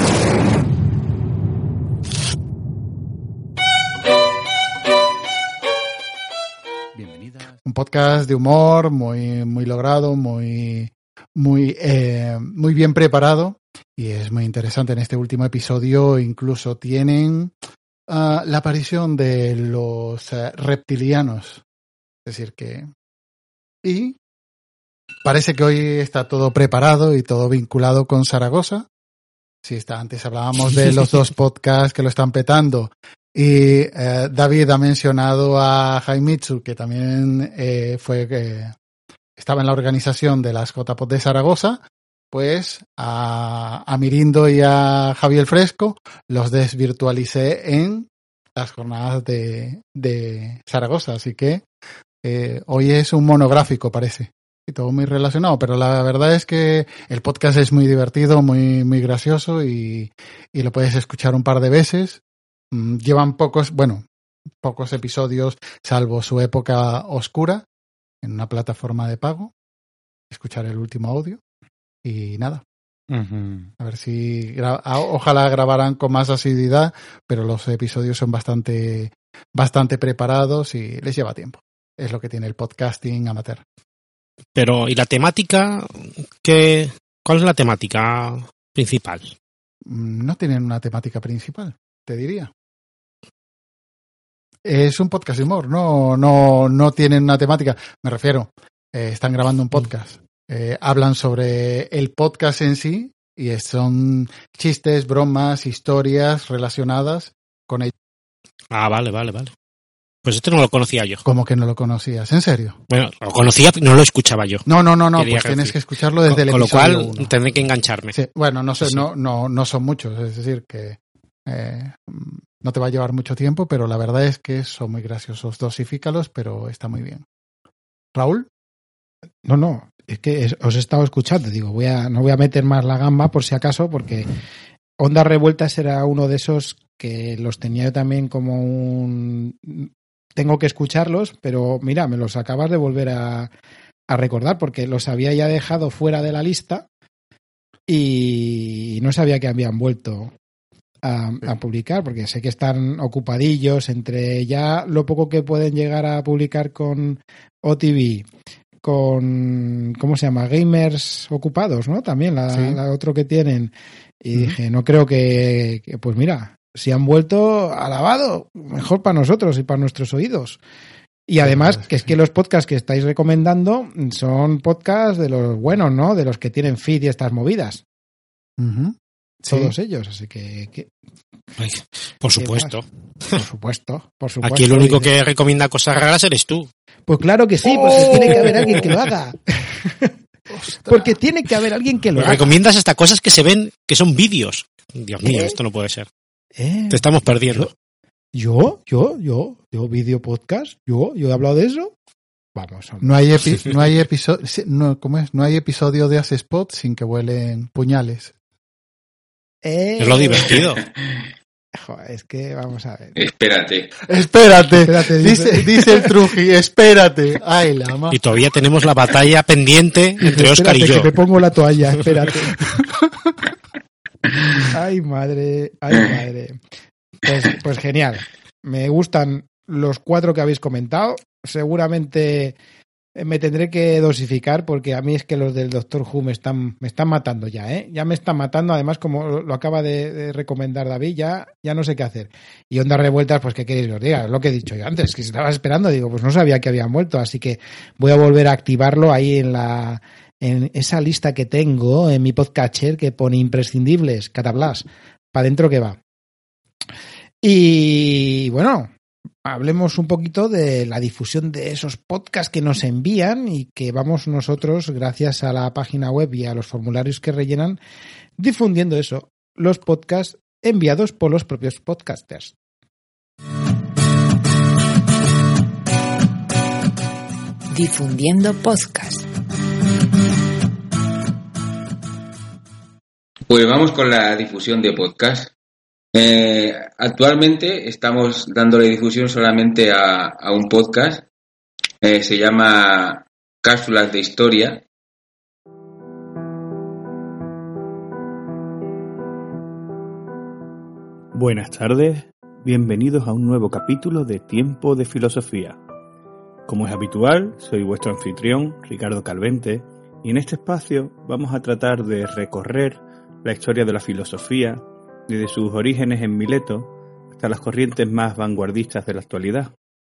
Un podcast de humor muy, muy logrado, muy, muy, eh, muy bien preparado y es muy interesante. En este último episodio incluso tienen uh, la aparición de los uh, reptilianos. Es decir que... Y parece que hoy está todo preparado y todo vinculado con Zaragoza. Sí, está, antes hablábamos de los dos podcasts que lo están petando. Y eh, David ha mencionado a Jaimitsu, que también eh, fue eh, estaba en la organización de las J P O D de Zaragoza. Pues a, a Mirindo y a Javier Fresco los desvirtualicé en las jornadas de, de Zaragoza. Así que eh, hoy es un monográfico, parece. Y todo muy relacionado, pero la verdad es que el podcast es muy divertido, muy, muy gracioso y, y lo puedes escuchar un par de veces. Llevan pocos, bueno, pocos episodios, salvo su época oscura, en una plataforma de pago. Escuchar el último audio y nada. Uh-huh. A ver si, gra- ojalá grabaran con más asiduidad, pero los episodios son bastante, bastante preparados y les lleva tiempo. Es lo que tiene el podcasting amateur. Pero, ¿y la temática? ¿Qué, ¿Cuál es la temática principal? No tienen una temática principal, te diría. Es un podcast de humor, no, no, no tienen una temática. Me refiero, eh, están grabando un podcast. Eh, hablan sobre el podcast en sí y son chistes, bromas, historias relacionadas con ello. Ah, vale, vale, vale. Pues este no lo conocía yo. ¿Cómo que no lo conocías? ¿En serio? Bueno, lo conocía, no lo escuchaba yo. No, no, no, no, Quería pues tienes decir. que escucharlo desde con, el con episodio lo cual uno. Tendré que engancharme. Sí. Bueno, no sé, Sí. no, no, no son muchos, es decir, que eh, no te va a llevar mucho tiempo, pero la verdad es que son muy graciosos, dosifícalos, pero está muy bien. ¿Raúl? No, no, es que es, os he estado escuchando, digo, voy a, no voy a meter más la gamba por si acaso, porque Ondas Revueltas era uno de esos que los tenía yo también como un... Tengo que escucharlos, pero mira, me los acabas de volver a, a recordar, porque los había ya dejado fuera de la lista y no sabía que habían vuelto a, a publicar, porque sé que están ocupadillos entre ya lo poco que pueden llegar a publicar con O T V, con, ¿cómo se llama? Gamers Ocupados, ¿no? También la, Sí. la otro que tienen. Y Ujú. dije, no creo que, que, pues mira, si han vuelto, alabado, mejor para nosotros y para nuestros oídos. Y además, que es que los podcasts que estáis recomendando son podcasts de los buenos, ¿no? De los que tienen feed y estas movidas. Uh-huh. Todos Sí. ellos, así que... que Ay, por supuesto. por supuesto, por supuesto. Aquí el único que recomienda cosas raras eres tú. Pues claro que sí, porque ¡Oh! tiene que haber alguien que lo haga. Porque tiene que haber alguien que lo Pero haga. recomiendas hasta cosas que se ven, que son vídeos. Dios mío, ¿Eh? esto no puede ser. ¿Eh? Te estamos perdiendo. ¿Yo? ¿Yo? ¿Yo? ¿Yo? ¿Video podcast? ¿Yo? ¿Yo he hablado de eso? Vamos, hombre. No hay, epi- no hay episodio, no, ¿cómo es? No hay episodio de As Spot sin que vuelen puñales. Eh, Es lo divertido. Joder, es que vamos a ver. Espérate. Espérate, Espérate, dice, dice. dice el Truji, espérate. Ay, la ma. Y todavía tenemos la batalla pendiente entre Óscar y Espérate, yo. que me pongo la toalla, espérate. Ay, madre, ay, madre. Pues, pues genial. Me gustan los cuatro que habéis comentado. Seguramente me tendré que dosificar porque a mí es que los del Doctor Who me están, me están matando ya, ¿eh? Ya me están matando, además como lo acaba de, de recomendar David, ya, ya no sé qué hacer. Y Ondas Revueltas, pues qué queréis que os diga, es lo que he dicho yo antes, que estaba esperando, digo, pues no sabía que habían vuelto, así que voy a volver a activarlo ahí en la en esa lista que tengo en mi podcatcher que pone imprescindibles, Catablas, para adentro que va. Y bueno, hablemos un poquito de la difusión de esos podcasts que nos envían y que vamos nosotros, gracias a la página web y a los formularios que rellenan, difundiendo eso, los podcasts enviados por los propios podcasters. Difundiendo podcast. Pues vamos con la difusión de podcast. Eh, actualmente estamos dándole difusión solamente a, a un podcast. Eh, se llama Cápsulas de Historia. Buenas tardes, bienvenidos a un nuevo capítulo de Tiempo de Filosofía. Como es habitual, soy vuestro anfitrión, Ricardo Calvente, y en este espacio vamos a tratar de recorrer la historia de la filosofía, desde sus orígenes en Mileto hasta las corrientes más vanguardistas de la actualidad.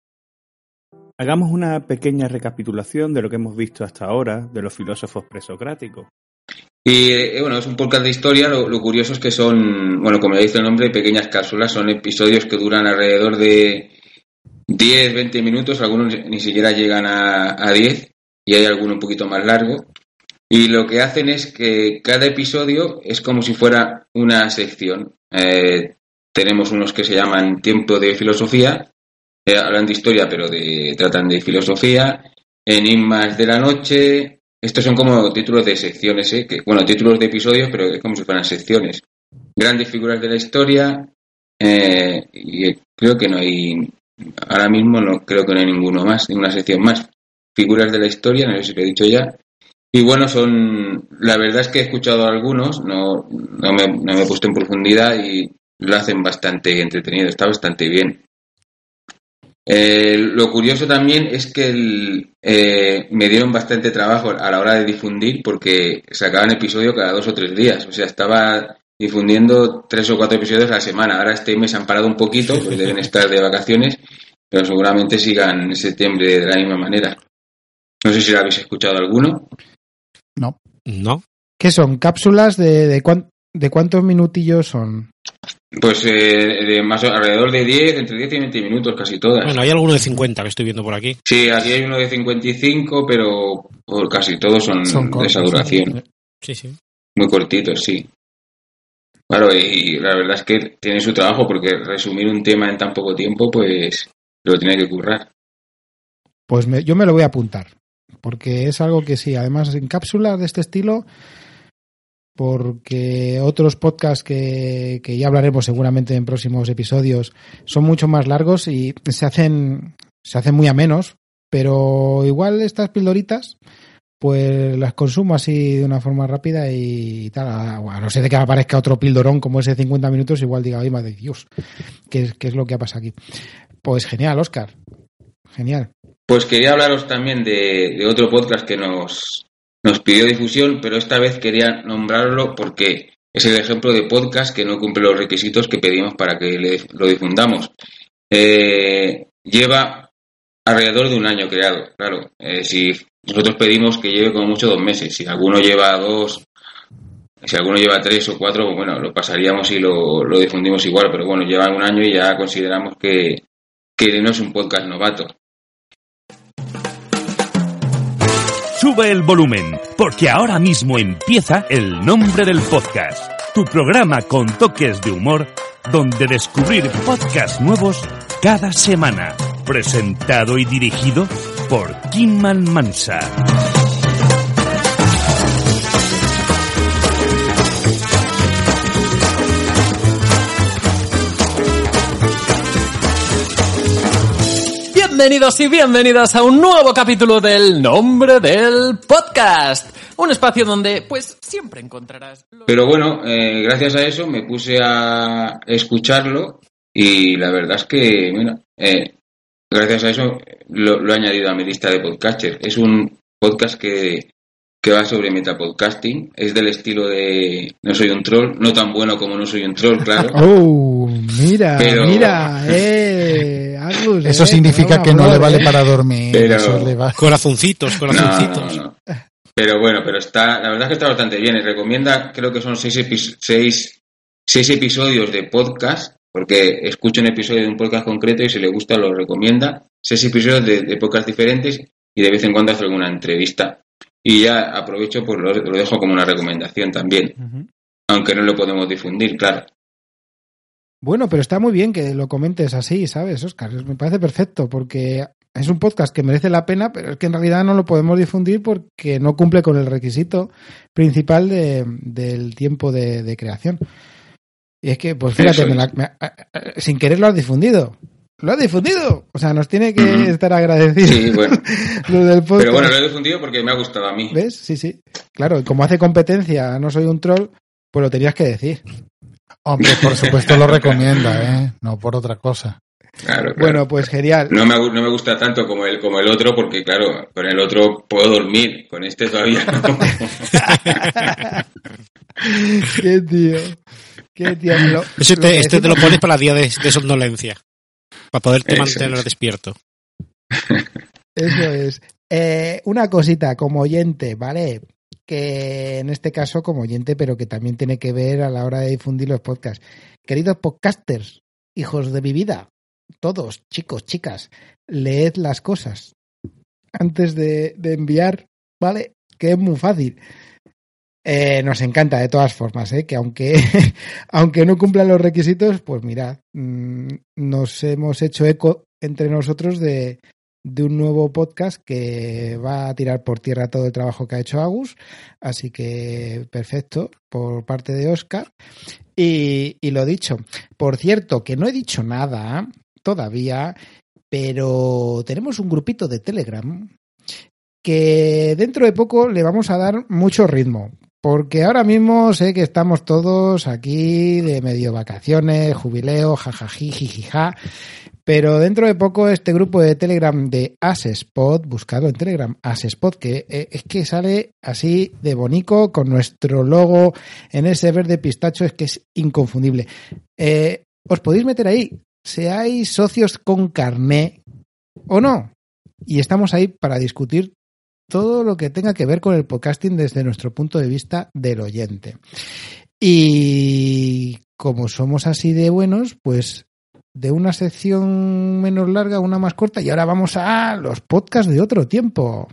Hagamos una pequeña recapitulación de lo que hemos visto hasta ahora de los filósofos presocráticos. Y eh, bueno, es un podcast de historia, lo, lo curioso es que son, bueno, como le dice el nombre, pequeñas cápsulas, son episodios que duran alrededor de diez, veinte minutos, algunos ni siquiera llegan a, a diez, y hay alguno un poquito más largo. Y lo que hacen es que cada episodio es como si fuera una sección. Eh, tenemos unos que se llaman Tiempo de Filosofía, eh, hablan de historia, pero de, tratan de filosofía. Enigmas de la Noche. Estos son como títulos de secciones, ¿eh? Que, bueno, títulos de episodios, pero es como si fueran secciones. Grandes figuras de la historia. Eh, y creo que no hay, ahora mismo no creo que no hay ninguno más, ninguna sección más. Figuras de la historia, no sé si lo he dicho ya. Y bueno, son, la verdad es que he escuchado algunos, no, no, me, no me he puesto en profundidad y lo hacen bastante entretenido, está bastante bien. Eh, lo curioso también es que el, eh, me dieron bastante trabajo a la hora de difundir porque sacaban episodio cada dos o tres días, o sea, estaba difundiendo tres o cuatro episodios a la semana. Ahora este mes han parado un poquito, pues deben estar de vacaciones, pero seguramente sigan en septiembre de la misma manera. No sé si lo habéis escuchado alguno. No. No. ¿Qué son? ¿Cápsulas de, de, cuán, de cuántos minutillos son? Pues eh, de más alrededor de diez, entre diez y veinte minutos casi todas. Bueno, hay alguno de cincuenta que estoy viendo por aquí. Sí, aquí hay uno de cincuenta y cinco, pero por casi todos son, son cortos, de esa duración. Sí, sí. Muy cortitos, sí. Claro, y la verdad es que tiene su trabajo porque resumir un tema en tan poco tiempo, pues lo tiene que currar. Pues me, yo me lo voy a apuntar. Porque es algo que sí, además en cápsulas de este estilo, porque otros podcasts que, que ya hablaremos seguramente en próximos episodios son mucho más largos y se hacen, se hacen muy amenos, pero igual estas pildoritas pues las consumo así de una forma rápida y tal, a no ser de que aparezca otro pildorón como ese cincuenta minutos, igual diga, ay madre de Dios, ¿qué, qué es lo que ha pasado aquí? Pues genial, Óscar, genial. Pues quería hablaros también de, de otro podcast que nos, nos pidió difusión, pero esta vez quería nombrarlo porque es el ejemplo de podcast que no cumple los requisitos que pedimos para que le, lo difundamos. Eh, lleva alrededor de un año creado, claro. Eh, si nosotros pedimos que lleve como mucho dos meses, si alguno lleva dos, si alguno lleva tres o cuatro, pues bueno, lo pasaríamos y lo, lo difundimos igual, pero bueno, lleva un año y ya consideramos que, que no es un podcast novato. Sube el volumen, porque ahora mismo empieza El Nombre del Podcast, tu programa con toques de humor, donde descubrir podcasts nuevos cada semana. Presentado y dirigido por Kimman Mansa. Bienvenidos y bienvenidas a un nuevo capítulo del Nombre del Podcast. Un espacio donde, pues, siempre encontrarás... Pero bueno, eh, gracias a eso me puse a escucharlo y la verdad es que, bueno, eh, gracias a eso lo, lo he añadido a mi lista de podcasters. Es un podcast que, que va sobre metapodcasting. Es del estilo de No soy un troll, no tan bueno como No soy un troll, claro. ¡Oh! Mira, Pero... mira, eh. Agus, eso eh, significa que no flor, le vale eh. para dormir. Pero... Eso le va... Corazoncitos, corazoncitos. No, no, no. Pero bueno, pero está, la verdad es que está bastante bien. Y recomienda, creo que son seis, epi- seis, seis episodios de podcast, porque escucha un episodio de un podcast concreto y si le gusta lo recomienda. Seis episodios de, de podcast diferentes y de vez en cuando hace alguna entrevista. Y ya aprovecho, pues lo, lo dejo como una recomendación también. Uh-huh. Aunque no lo podemos difundir, claro. Bueno, pero está muy bien que lo comentes así, ¿sabes, Óscar? Me parece perfecto, porque es un podcast que merece la pena, pero es que en realidad no lo podemos difundir porque no cumple con el requisito principal de, del tiempo de, de creación. Y es que, pues fíjate, me la, me, sin querer lo has difundido. ¡Lo has difundido! O sea, nos tiene que uh-huh. estar agradecido. Sí, bueno. Lo del podcast. Pero bueno, lo he difundido porque me ha gustado a mí. ¿Ves? Sí, sí. Claro, como hace competencia, no soy un troll, pues lo tenías que decir. Hombre, por supuesto lo recomienda, ¿eh? No por otra cosa. Claro, claro. Bueno, pues genial. No me, no me gusta tanto como el, como el otro, porque claro, con el otro puedo dormir, con este todavía no. Qué tío. Qué tío. Lo, Ese te, este te lo pones para día de, de somnolencia, para poderte Eso mantener es. despierto. Eso es. Eh, una cosita, como oyente, ¿vale? Que en este caso como oyente, pero que también tiene que ver a la hora de difundir los podcasts. Queridos podcasters, hijos de mi vida, todos, chicos, chicas, leed las cosas antes de, de enviar, ¿vale? Que es muy fácil. Eh, nos encanta de todas formas, ¿eh? Que aunque, aunque no cumplan los requisitos, pues mirad, mmm, nos hemos hecho eco entre nosotros de, de un nuevo podcast que va a tirar por tierra todo el trabajo que ha hecho Agus, así que perfecto por parte de Óscar. Y, y lo dicho, por cierto, que no he dicho nada todavía, pero tenemos un grupito de Telegram que dentro de poco le vamos a dar mucho ritmo, porque ahora mismo sé que estamos todos aquí de medio vacaciones, jubileo, jajaji, jijija, pero dentro de poco este grupo de Telegram de Asespod, buscado en Telegram, Asespod, que eh, es que sale así de bonico con nuestro logo en ese verde pistacho, es que es inconfundible. Eh, os podéis meter ahí, seáis socios con carné o no, y estamos ahí para discutir todo lo que tenga que ver con el podcasting desde nuestro punto de vista del oyente. Y como somos así de buenos, pues de una sección menos larga a una más corta, y ahora vamos a los podcasts de otro tiempo.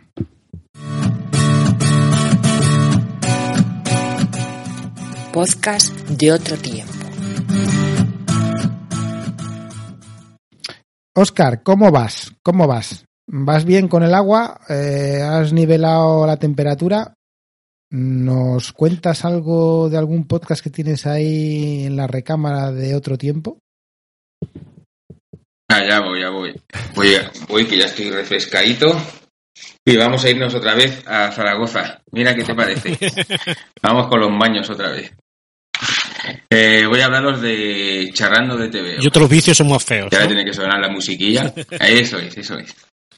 Podcast de otro tiempo. Óscar, ¿cómo vas? ¿Cómo vas? ¿Vas bien con el agua? Eh, ¿Has nivelado la temperatura? ¿Nos cuentas algo de algún podcast que tienes ahí en la recámara de otro tiempo? Ah, ya voy, ya voy. Voy, voy que ya estoy refrescadito. Y vamos a irnos otra vez a Zaragoza. Mira qué te parece. Vamos con los baños otra vez. Eh, voy a hablaros de Charrando de T V O. Y otros vicios son más feos. Ya ¿no? tiene que sonar la musiquilla. Eso es, eso es.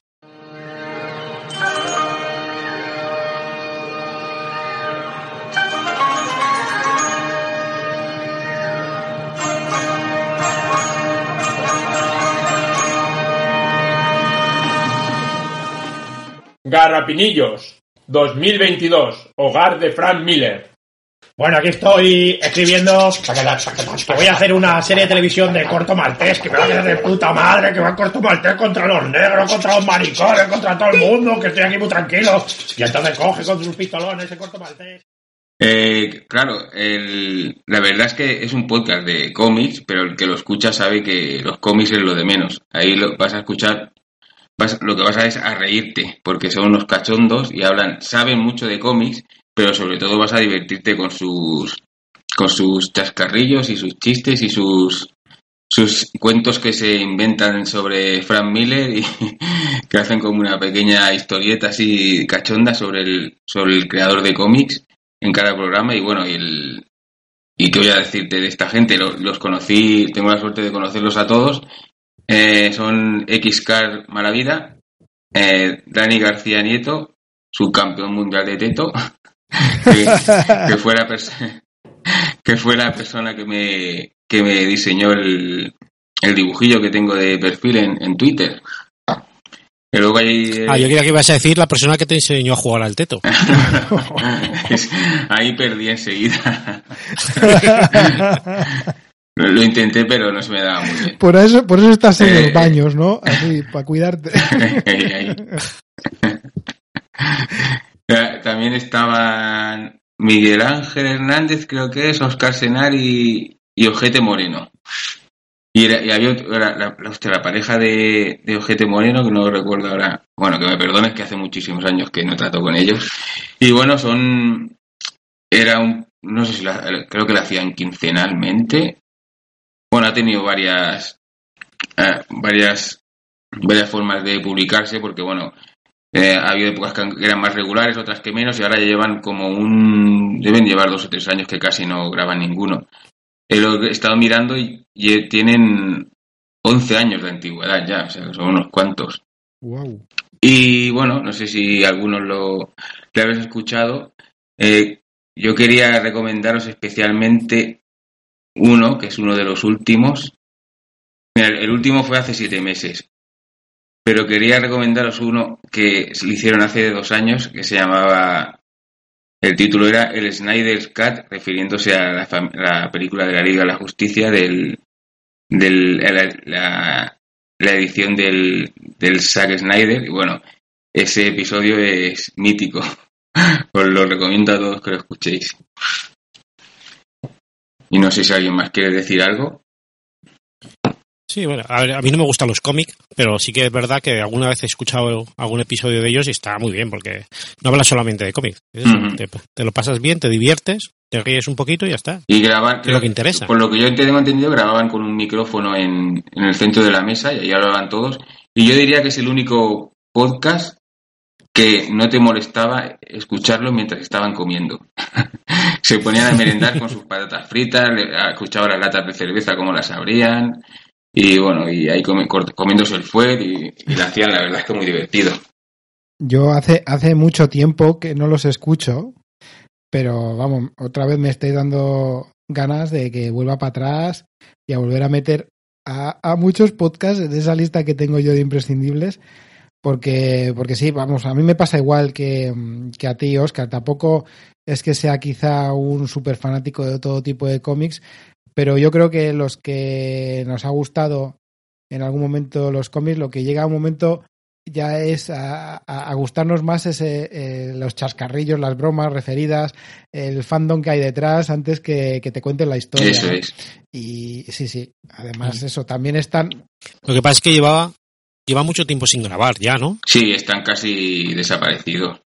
Garrapinillos, dos mil veintidós, hogar de Frank Miller. Bueno, aquí estoy escribiendo que voy a hacer una serie de televisión de Corto Maltés, que me va a quedar de puta madre, que va a Corto Maltés contra los negros, contra los maricones, contra todo el mundo, que estoy aquí muy tranquilo. Y entonces coge con sus pistolones el Corto Maltés. Eh, claro, el, la verdad es que es un podcast de cómics, pero el que lo escucha sabe que los cómics es lo de menos. Ahí lo vas a escuchar, vas, lo que vas a es a reírte, porque son unos cachondos y hablan, saben mucho de cómics, pero sobre todo vas a divertirte con sus con sus chascarrillos y sus chistes y sus sus cuentos que se inventan sobre Frank Miller y que hacen como una pequeña historieta así cachonda sobre el sobre el creador de cómics en cada programa. Y bueno, y el y qué voy a decirte de esta gente, los, los conocí, tengo la suerte de conocerlos a todos eh, son X-Car Malavida, eh, Dani García Nieto, subcampeón mundial de teto, que, que, fue la pers- que fue la persona que me, que me diseñó el, el dibujillo que tengo de perfil en, en Twitter. Y luego hay, eh... Ah, yo creía que ibas a decir la persona que te enseñó a jugar al teto. Ahí perdí enseguida. Lo intenté, pero no se me daba muy bien. Por eso, por eso estás en Eh, los baños, ¿no? Así, para cuidarte. Ahí, ahí. También estaban Miguel Ángel Hernández, creo que es, Óscar Senar y, y Ojete Moreno. Y, era, y había otro, era la, la, la pareja de, de Ojete Moreno, que no recuerdo ahora. Bueno, que me perdones, que hace muchísimos años que no trato con ellos. Y bueno, son... Era un... No sé si la, creo que la hacían quincenalmente. Bueno, ha tenido varias... Eh, varias varias formas de publicarse, porque bueno... Eh, ha habido épocas que eran más regulares, otras que menos, y ahora ya llevan como un... Deben llevar dos o tres años que casi no graban ninguno. Eh, lo he estado mirando y, y tienen once años de antigüedad ya, o sea, son unos cuantos. Wow. Y bueno, no sé si algunos lo, lo habéis escuchado. Eh, yo quería recomendaros especialmente uno, que es uno de los últimos. Mira, el, el último fue hace siete meses. Pero quería recomendaros uno que se le hicieron hace dos años, que se llamaba... El título era El Snyder's Cut, refiriéndose a la, fam- la película de la Liga de la Justicia, del, del la, la, la edición del, del Zack Snyder. Y bueno, ese episodio es mítico. Os lo recomiendo a todos que lo escuchéis. Y no sé si alguien más quiere decir algo. Sí, bueno, a, ver, a mí no me gustan los cómics, pero sí que es verdad que alguna vez he escuchado algún episodio de ellos y está muy bien, porque no hablas solamente de cómics. Es eso, uh-huh. te, te lo pasas bien, te diviertes, te ríes un poquito y ya está. Y graban, es lo que interesa. Por lo que yo tengo entendido, grababan con un micrófono en, en el centro de la mesa y ahí hablaban todos. Y yo diría que es el único podcast que no te molestaba escucharlo mientras estaban comiendo. Se ponían a merendar con sus patatas fritas, escuchaban las latas de cerveza como las abrían. Y bueno, y ahí comi- comiéndose el fuet y, y la hacían, la verdad es que muy divertido. Yo hace hace mucho tiempo que no los escucho, pero vamos, otra vez me estoy dando ganas de que vuelva para atrás y a volver a meter a, a muchos podcasts de esa lista que tengo yo de imprescindibles, porque porque sí, vamos, a mí me pasa igual que, que a ti, Óscar. Tampoco es que sea quizá un súper fanático de todo tipo de cómics, pero yo creo que los que nos ha gustado en algún momento los cómics, lo que llega a un momento ya es a, a, a gustarnos más ese, eh, los chascarrillos, las bromas referidas, el fandom que hay detrás antes que, que te cuenten la historia. Eso ¿no? es. Y sí, sí. Además, eso también están. Lo que pasa es que llevaba lleva mucho tiempo sin grabar ya, ¿no? Sí, están casi desaparecidos.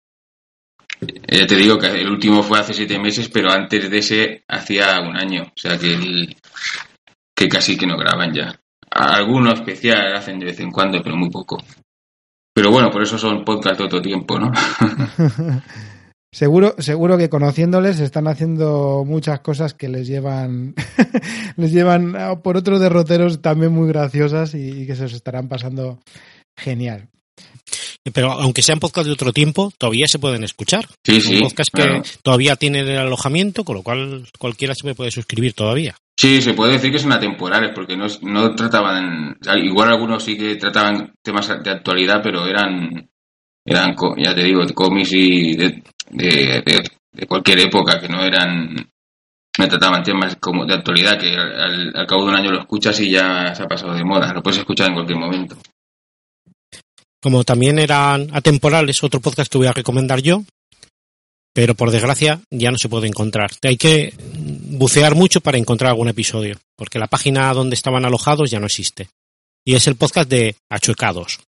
Ya te digo que el último fue hace siete meses, pero antes de ese hacía un año. O sea que, el, que casi que no graban ya. Alguno especial hacen de vez en cuando, pero muy poco. Pero bueno, por eso son podcasts de otro tiempo, ¿no? Seguro, seguro que conociéndoles están haciendo muchas cosas que les llevan les llevan por otros derroteros también muy graciosas y, y que se os estarán pasando genial. Pero aunque sean podcasts de otro tiempo, todavía se pueden escuchar. Sí, Son sí, podcasts claro. que todavía tienen el alojamiento, con lo cual cualquiera se puede suscribir todavía. Sí, se puede decir que son atemporales, porque no, no trataban... Igual algunos sí que trataban temas de actualidad, pero eran, eran ya te digo, cómics y de, de, de, de cualquier época, que no eran... No trataban temas como de actualidad, que al, al cabo de un año lo escuchas y ya se ha pasado de moda. Lo puedes escuchar en cualquier momento. Como también eran atemporales, otro podcast que voy a recomendar yo, pero por desgracia ya no se puede encontrar. Hay que bucear mucho para encontrar algún episodio, porque la página donde estaban alojados ya no existe. Y es el podcast de Achuecados.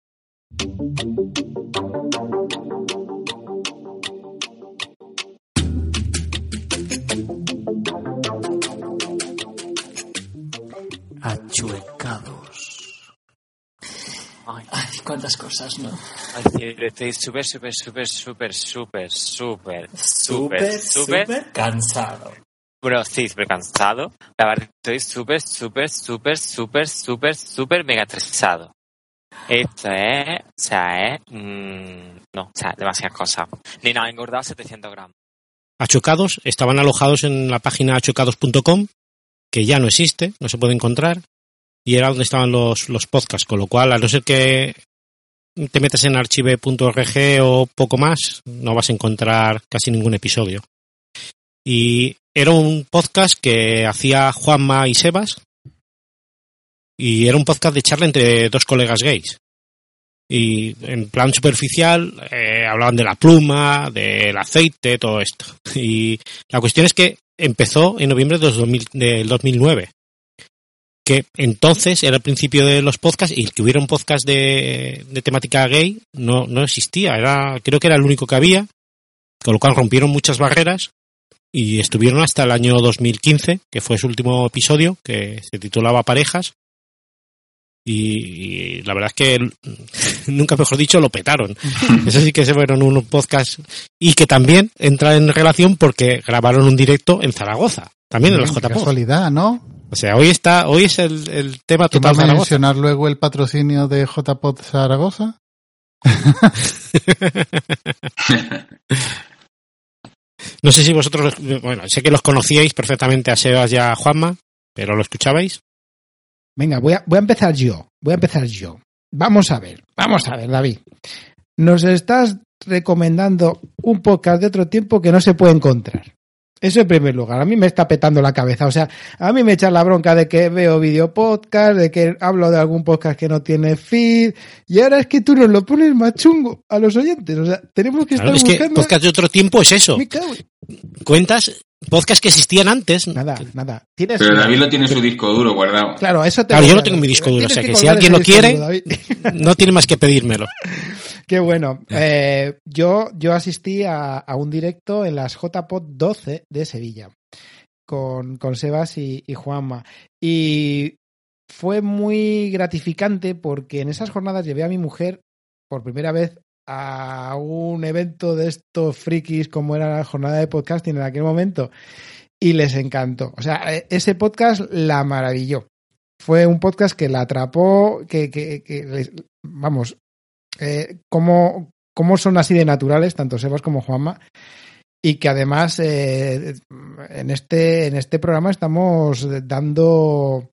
Achuecados. Ay, Ay, cuántas cosas, ¿no? Ay, estoy súper, súper, súper, súper, súper, súper, súper, Súper, súper cansado. Bueno, sí, súper cansado. La verdad, estoy súper, súper, súper, súper, súper, súper mega estresado. Esto es, o sea, es, mmm, no, o sea, demasiadas cosas. Ni nada, he engordado setecientos gramos. Achocados estaban alojados en la página achocados punto com, que ya no existe, no se puede encontrar, y era donde estaban los, los podcasts, con lo cual, a no ser que te metas en archive punto org o poco más, no vas a encontrar casi ningún episodio. Y era un podcast que hacía Juanma y Sebas, y era un podcast de charla entre dos colegas gays. Y en plan superficial eh, hablaban de la pluma, del aceite, todo esto. Y la cuestión es que empezó en noviembre de dos mil, del dos mil nueve, que entonces era el principio de los podcasts, y que hubiera un podcast de, de temática gay no, no existía. Era, creo que era el único que había, con lo cual rompieron muchas barreras y estuvieron hasta el año dos mil quince, que fue su último episodio, que se titulaba Parejas. Y, y la verdad es que nunca mejor dicho lo petaron. Eso sí que se fueron unos podcasts, y que también entra en relación porque grabaron un directo en Zaragoza, también en los J P O D. Casualidad, ¿no? O sea, hoy está, hoy es el, el tema total. ¿Vas a mencionar luego el patrocinio de J P O D Zaragoza? No sé si vosotros, bueno, sé que los conocíais perfectamente a Sebas y a Juanma, pero ¿lo escuchabais? Venga, voy a, voy a empezar yo, voy a empezar yo. Vamos a ver, vamos a ver, David. Nos estás recomendando un podcast de otro tiempo que no se puede encontrar. Eso en primer lugar, a mí me está petando la cabeza. O sea, a mí me echan la bronca de que veo videopodcast, de que hablo de algún podcast que no tiene feed, y ahora es que tú nos lo pones más chungo a los oyentes. O sea, tenemos que claro, estar es buscando... que podcast de otro tiempo es eso. Cuentas podcasts que existían antes. Nada, nada. ¿Tienes Pero que... David lo tiene en su disco duro guardado. Claro, eso te Claro, lo yo claro. lo tengo en mi disco duro, o sea que, que si alguien lo quiere, duro, no tiene más que pedírmelo. Qué bueno. Eh, yo, yo asistí a, a un directo en las J P O D doce de Sevilla con, con Sebas y, y Juanma. Y fue muy gratificante porque en esas jornadas llevé a mi mujer por primera vez a un evento de estos frikis como era la jornada de podcasting en aquel momento, y les encantó. O sea, ese podcast la maravilló. Fue un podcast que la atrapó, que, que, que les, vamos, eh, cómo, cómo son así de naturales, tanto Sebas como Juanma, y que además eh, en este en este programa estamos dando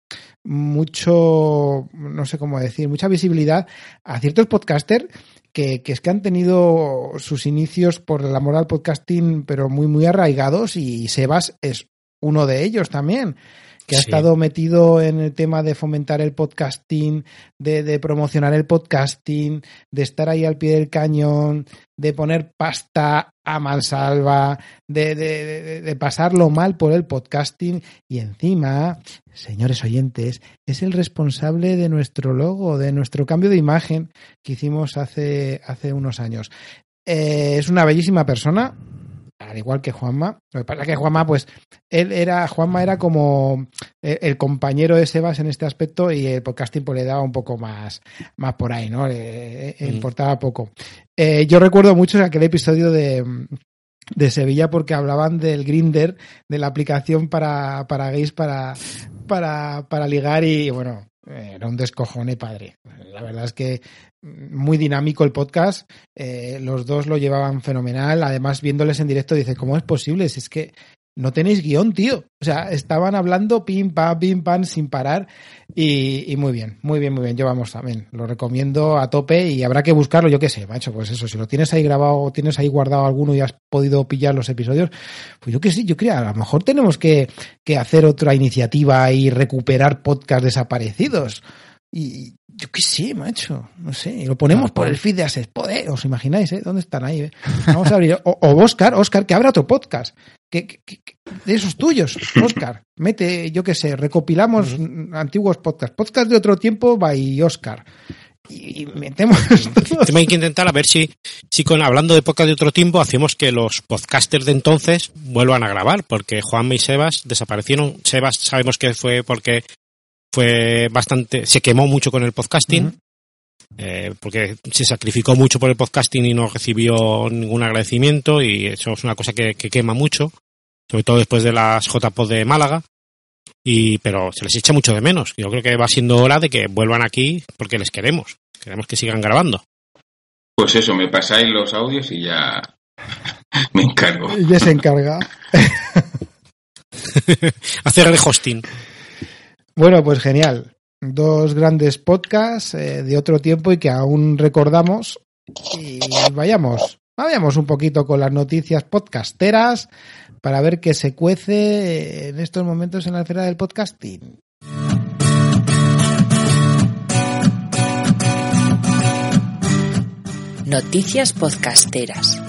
mucho, no sé cómo decir, mucha visibilidad a ciertos podcasters que, que es que han tenido sus inicios por el amor al podcasting, pero muy muy arraigados, y Sebas es uno de ellos también, que ha sí. estado metido en el tema de fomentar el podcasting, de, de promocionar el podcasting, de estar ahí al pie del cañón, de poner pasta a mansalva, de, de, de, de pasarlo mal por el podcasting, y encima, señores oyentes, es el responsable de nuestro logo, de nuestro cambio de imagen que hicimos hace, hace unos años. Eh, es una bellísima persona, al igual que Juanma. Lo que pasa es que Juanma, pues, él era, Juanma era como el, el compañero de Sebas en este aspecto, y el podcasting pues le daba un poco más, más por ahí, ¿no? Le, le importaba poco. Eh, yo recuerdo mucho aquel episodio de, de Sevilla, porque hablaban del Grindr, de la aplicación para, para gays para, para, para ligar, y bueno, era un descojone padre. La verdad es que muy dinámico el podcast, eh, los dos lo llevaban fenomenal. Además, viéndoles en directo, dices, ¿cómo es posible? Si es que no tenéis guión, tío. O sea, estaban hablando pim, pam, pim, pam, sin parar, y, y muy bien, muy bien, muy bien. Yo, vamos, también lo recomiendo a tope, y habrá que buscarlo, yo qué sé, macho, pues eso, si lo tienes ahí grabado o tienes ahí guardado alguno y has podido pillar los episodios, pues yo qué sé, yo creo, a lo mejor tenemos que, que hacer otra iniciativa y recuperar podcasts desaparecidos. Y yo qué sé, macho, no sé, y lo ponemos por el feed de Asespod, ¿eh? ¿Os imagináis, eh? ¿Dónde están ahí? Eh? Vamos a abrir. O, o Oscar, Oscar, que abra otro podcast, que, que, que de esos tuyos, Oscar, mete, yo qué sé, recopilamos uh-huh. antiguos podcasts, podcasts de otro tiempo, by Oscar, y, y metemos todo. Hay que intentar a ver si, si con hablando de podcast de otro tiempo hacemos que los podcasters de entonces vuelvan a grabar, porque Juanma y Sebas desaparecieron. Sebas sabemos que fue porque fue bastante, se quemó mucho con el podcasting, uh-huh. eh, porque se sacrificó mucho por el podcasting y no recibió ningún agradecimiento, y eso es una cosa que, que quema mucho. sobre todo después de las J-Pod de Málaga, y pero se les echa mucho de menos. Yo creo que va siendo hora de que vuelvan aquí porque les queremos, queremos que sigan grabando. Pues eso, me pasáis los audios y ya me encargo. Y ya se encarga. Hacer el hosting. Bueno, pues genial. Dos grandes podcasts eh, de otro tiempo y que aún recordamos. Y vayamos, vayamos un poquito con las noticias podcasteras para ver qué se cuece en estos momentos en la esfera del podcasting. Noticias podcasteras.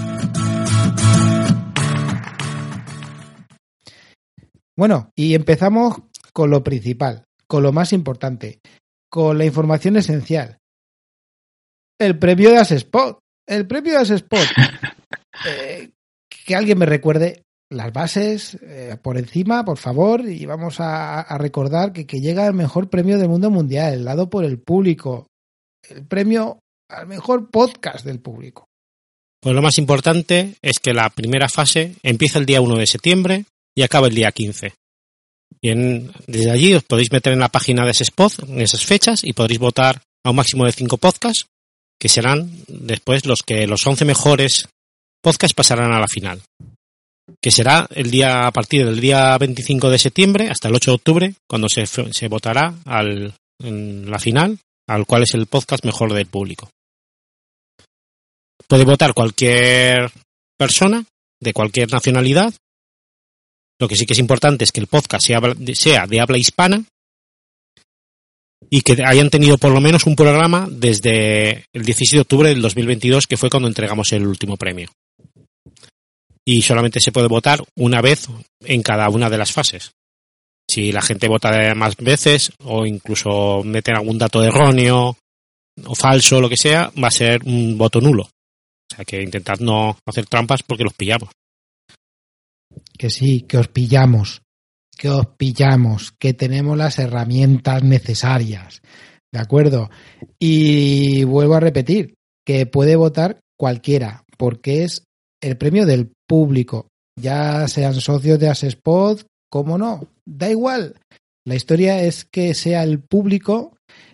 Bueno, y empezamos con lo principal, con lo más importante, con la información esencial. El premio de Asespot. El premio de Asespot. Eh, que alguien me recuerde las bases eh, por encima, por favor, y vamos a, a recordar que, que llega el mejor premio del mundo mundial, dado por el público. El premio al mejor podcast del público. Pues lo más importante es que la primera fase empieza el día uno de septiembre y acaba el día quince. Y en, desde allí os podéis meter en la página de Asespot en esas fechas y podréis votar a un máximo de cinco podcasts, que serán después los que los once mejores podcasts pasarán a la final, que será el día a partir del día veinticinco de septiembre hasta el ocho de octubre, cuando se, se votará al, en la final al cual es el podcast mejor del público. Puede votar cualquier persona de cualquier nacionalidad. Lo que sí que es importante es que el podcast sea, sea de habla hispana y que hayan tenido por lo menos un programa desde el dieciséis de octubre del dos mil veintidós, que fue cuando entregamos el último premio. Y solamente se puede votar una vez en cada una de las fases. Si la gente vota más veces o incluso meten algún dato erróneo o falso, lo que sea, va a ser un voto nulo. O sea que intentad no hacer trampas porque los pillamos. Que sí, que os pillamos. Que os pillamos. Que tenemos las herramientas necesarias. ¿De acuerdo? Y vuelvo a repetir, que puede votar cualquiera, porque es el premio del público. Ya sean socios de Asespot, cómo no, da igual. La historia es que sea el público,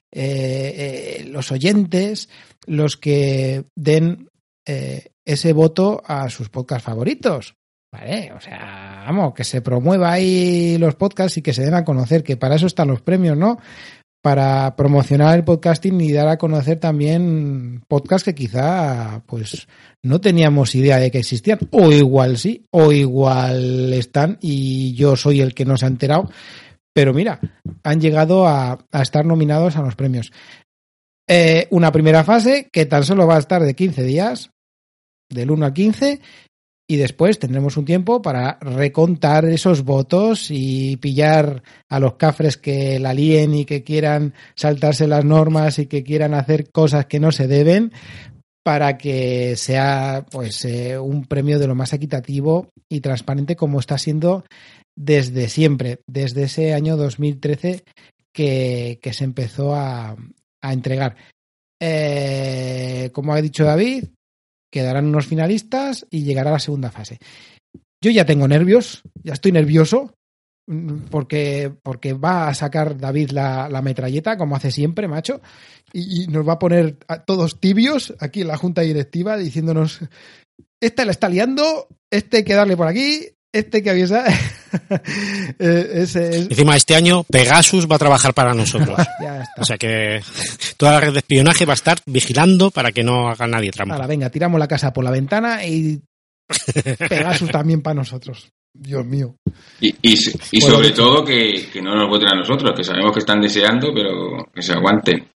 eh, eh, los oyentes, los que den eh, ese voto a sus podcasts favoritos. Vale, o sea, vamos, que se promueva ahí los podcasts y que se den a conocer, que para eso están los premios, ¿no? Para promocionar el podcasting y dar a conocer también podcasts que quizá pues no teníamos idea de que existían, o igual sí, o igual están y yo soy el que no se ha enterado, pero mira, han llegado a, a estar nominados a los premios. Eh, una primera fase que tan solo va a estar de quince días, del uno al quince, y después tendremos un tiempo para recontar esos votos y pillar a los cafres que la líen y que quieran saltarse las normas y que quieran hacer cosas que no se deben, para que sea pues eh, un premio de lo más equitativo y transparente como está siendo desde siempre, desde ese año dos mil trece que, que se empezó a, a entregar. Eh, como ha dicho David, quedarán unos finalistas y llegará la segunda fase. Yo ya tengo nervios, ya estoy nervioso, porque, porque va a sacar David la, la metralleta, como hace siempre, macho, y, y nos va a poner a todos tibios aquí en la junta directiva diciéndonos, esta la está liando, este hay que darle por aquí, este hay que avisar. es, es... Encima este año Pegasus va a trabajar para nosotros. Ya está. O sea que toda la red de espionaje va a estar vigilando para que no haga nadie trampa. Ahora, venga, tiramos la casa por la ventana y Pegasus también para nosotros. Dios mío. Y, y, y sobre todo que, que no nos voten a nosotros, que sabemos que están deseando, pero que se aguanten.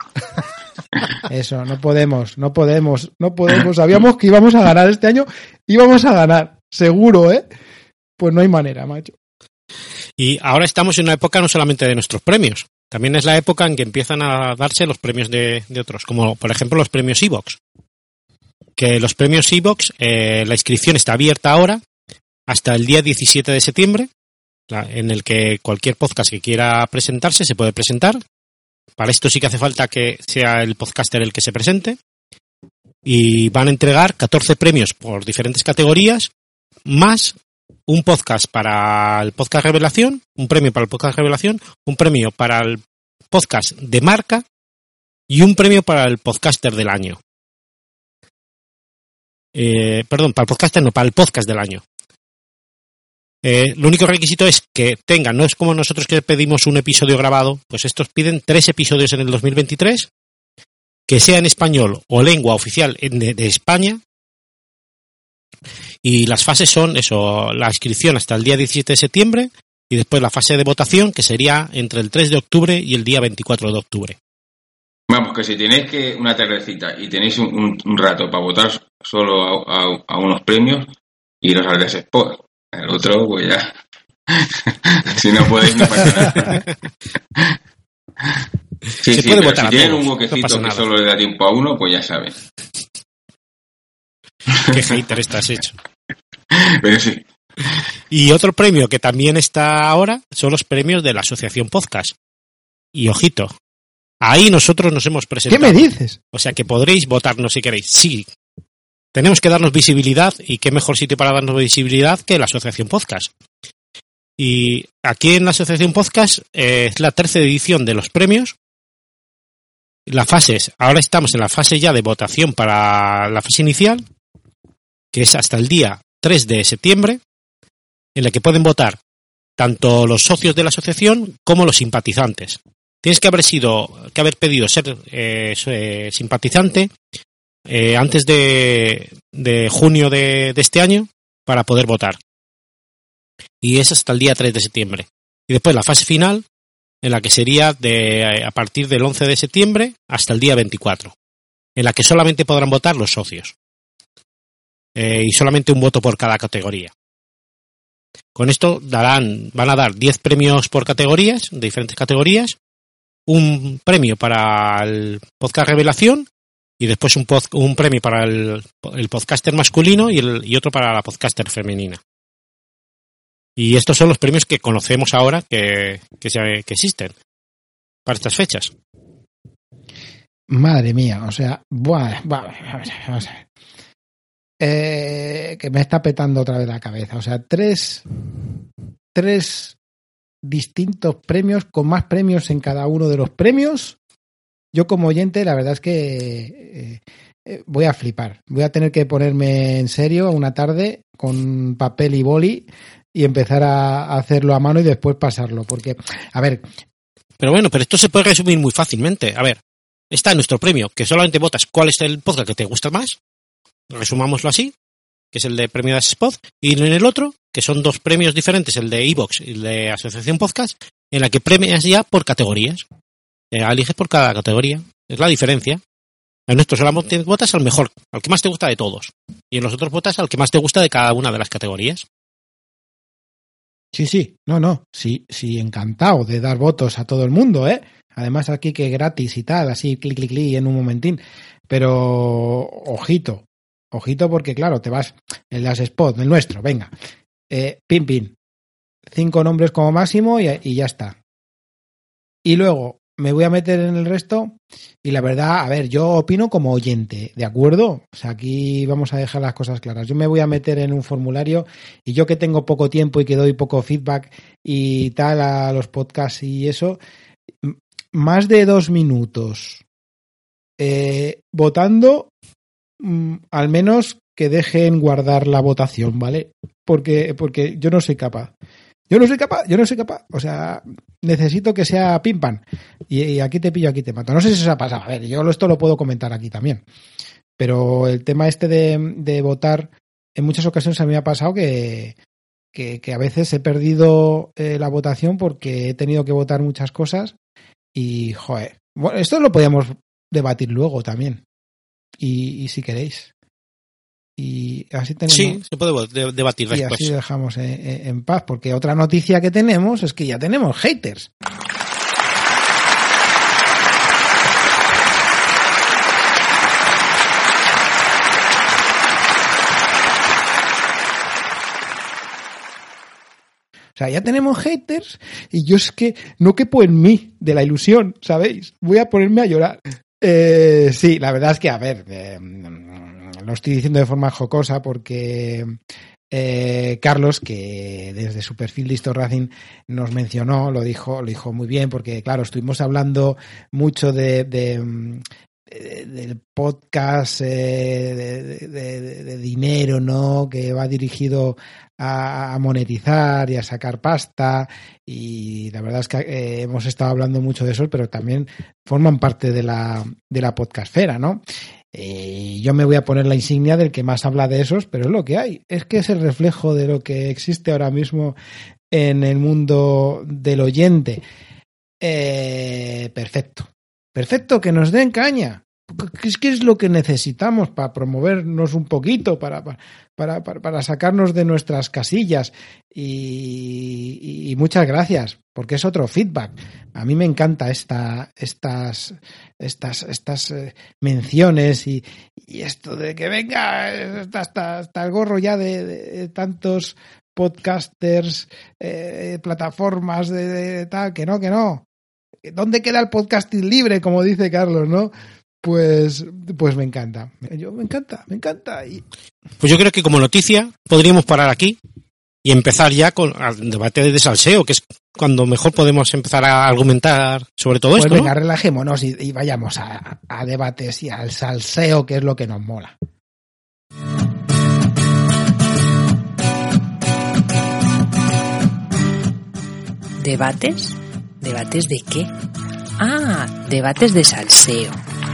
Eso, no podemos, no podemos, no podemos. Sabíamos que íbamos a ganar este año, íbamos a ganar, seguro, ¿eh? Pues no hay manera, macho. Y ahora estamos en una época no solamente de nuestros premios, también es la época en que empiezan a darse los premios de, de otros, como por ejemplo los premios iVoox. Que los premios iVoox, eh, la inscripción está abierta ahora hasta el día diecisiete de septiembre, en el que cualquier podcast que quiera presentarse se puede presentar. Para esto sí que hace falta que sea el podcaster el que se presente. Y van a entregar catorce premios por diferentes categorías, más un podcast para el podcast Revelación, un premio para el podcast Revelación, un premio para el podcast de marca y un premio para el podcaster del año. Eh, perdón, para el podcaster no, para el podcast del año. Eh, lo único requisito es que tengan, no es como nosotros que pedimos un episodio grabado, pues estos piden tres episodios en el dos mil veintitrés, que sea en español o lengua oficial de, de España, y las fases son eso, la inscripción hasta el día diecisiete de septiembre y después la fase de votación, que sería entre el tres de octubre y el día veinticuatro de octubre. Vamos, que si tenéis que una tardecita y tenéis un, un, un rato para votar solo a, a, a unos premios, iros al Gas Sport. El otro, pues ya. Si no podéis, no pasa nada. Sí, Se sí, puede pero votar si a tienen todos, un no huequecito pasa que nada. solo le da tiempo a uno, pues ya saben. Qué hater estás hecho. Pero sí. Y otro premio que también está ahora son los premios de la Asociación Podcast. Y ojito, ahí nosotros nos hemos presentado. ¿Qué me dices? O sea que podréis votarnos si queréis. Sí, tenemos que darnos visibilidad, y qué mejor sitio para darnos visibilidad que la Asociación Podcast. Y aquí en la Asociación Podcast eh, es la tercera edición de los premios. La fase es, ahora estamos en la fase ya de votación para la fase inicial, que es hasta el día tres de septiembre, en la que pueden votar tanto los socios de la asociación como los simpatizantes. Tienes que haber sido, que haber pedido ser eh, eh, simpatizante eh, antes de, de junio de, de este año para poder votar. Y es hasta el día tres de septiembre. Y después la fase final, en la que sería de a partir del once de septiembre hasta el día veinticuatro, en la que solamente podrán votar los socios. Eh, y solamente un voto por cada categoría. Con esto darán, van a dar diez premios por categorías, de diferentes categorías, un premio para el podcast Revelación y después un, pod, un premio para el, el podcaster masculino y, el, y otro para la podcaster femenina. Y estos son los premios que conocemos ahora que, que, se, que existen para estas fechas. Madre mía, o sea, buah, buah, vamos a ver. Eh, que me está petando otra vez la cabeza. O sea, tres, tres distintos premios con más premios en cada uno de los premios. Yo como oyente, la verdad es que eh, voy a flipar. Voy a tener que ponerme en serio una tarde con papel y boli y empezar a hacerlo a mano y después pasarlo. Porque, a ver... Pero bueno, pero esto se puede resumir muy fácilmente. A ver, está nuestro premio, que solamente votas cuál es el podcast que te gusta más. Resumámoslo así, que es el de premio de Spot, y en el otro, que son dos premios diferentes, el de iVoox y el de Asociación Podcast, en la que premias ya por categorías. Eh, eliges por cada categoría. Es la diferencia. En nuestro solamente votas al mejor, al que más te gusta de todos. Y en los otros votas al que más te gusta de cada una de las categorías. Sí, sí, no, no, sí, sí, encantado de dar votos a todo el mundo, ¿eh? Además aquí que gratis y tal, así clic, clic, clic en un momentín. Pero, ojito, ojito porque claro, te vas en las spot, el nuestro, venga, eh, pin, pin, cinco nombres como máximo y, y ya está. Y luego me voy a meter en el resto y la verdad, a ver, yo opino como oyente, ¿de acuerdo? O sea, aquí vamos a dejar las cosas claras. Yo me voy a meter en un formulario y yo que tengo poco tiempo y que doy poco feedback y tal a los podcasts y eso, más de dos minutos eh, votando, mmm, al menos que dejen guardar la votación, ¿vale? Porque, porque yo no soy capaz. Yo no soy capaz, yo no soy capaz. O sea, necesito que sea pim pam. Y, y aquí te pillo, aquí te mato. No sé si eso ha pasado. A ver, yo esto lo puedo comentar aquí también. Pero el tema este de, de votar, en muchas ocasiones a mí me ha pasado que, que, que a veces he perdido eh, la votación porque he tenido que votar muchas cosas. Y, joder, bueno, esto lo podíamos debatir luego también. Y, y si queréis. Y así tenemos. Sí, se puede debatir y después. Y así dejamos en, en paz, porque otra noticia que tenemos es que ya tenemos haters. O sea, ya tenemos haters y yo es que no quepo en mí de la ilusión, ¿sabéis? Voy a ponerme a llorar. Eh, sí, la verdad es que, a ver, eh, lo estoy diciendo de forma jocosa porque eh, Carlos, que desde su perfil de Histo Racing nos mencionó, lo dijo, lo dijo muy bien, porque claro, estuvimos hablando mucho de, de del podcast eh, de, de, de, de dinero, ¿no? Que va dirigido a, a monetizar y a sacar pasta, y la verdad es que eh, hemos estado hablando mucho de eso, pero también forman parte de la, de la podcastfera, ¿no? Eh, yo me voy a poner la insignia del que más habla de esos, pero es lo que hay, es que es el reflejo de lo que existe ahora mismo en el mundo del oyente. Eh, perfecto. Perfecto, que nos den caña. ¿Qué es, qué es lo que necesitamos para promovernos un poquito, para, para, para, para sacarnos de nuestras casillas? Y, y muchas gracias, porque es otro feedback. A mí me encanta esta, estas, estas, estas eh, menciones y, y esto de que venga hasta, hasta, hasta el gorro ya de, de tantos podcasters, eh, plataformas de, de tal, que no, que no. ¿Dónde queda el podcasting libre, como dice Carlos, no? Pues, pues me encanta. Yo me encanta, me encanta. Y... Pues yo creo que como noticia podríamos parar aquí y empezar ya con el debate de salseo, que es cuando mejor podemos empezar a argumentar sobre todo pues esto. Venga, ¿no? relajémonos y, y vayamos a, a debates y al salseo, que es lo que nos mola. ¿Debates? ¿Debates de qué? Ah, debates de salseo.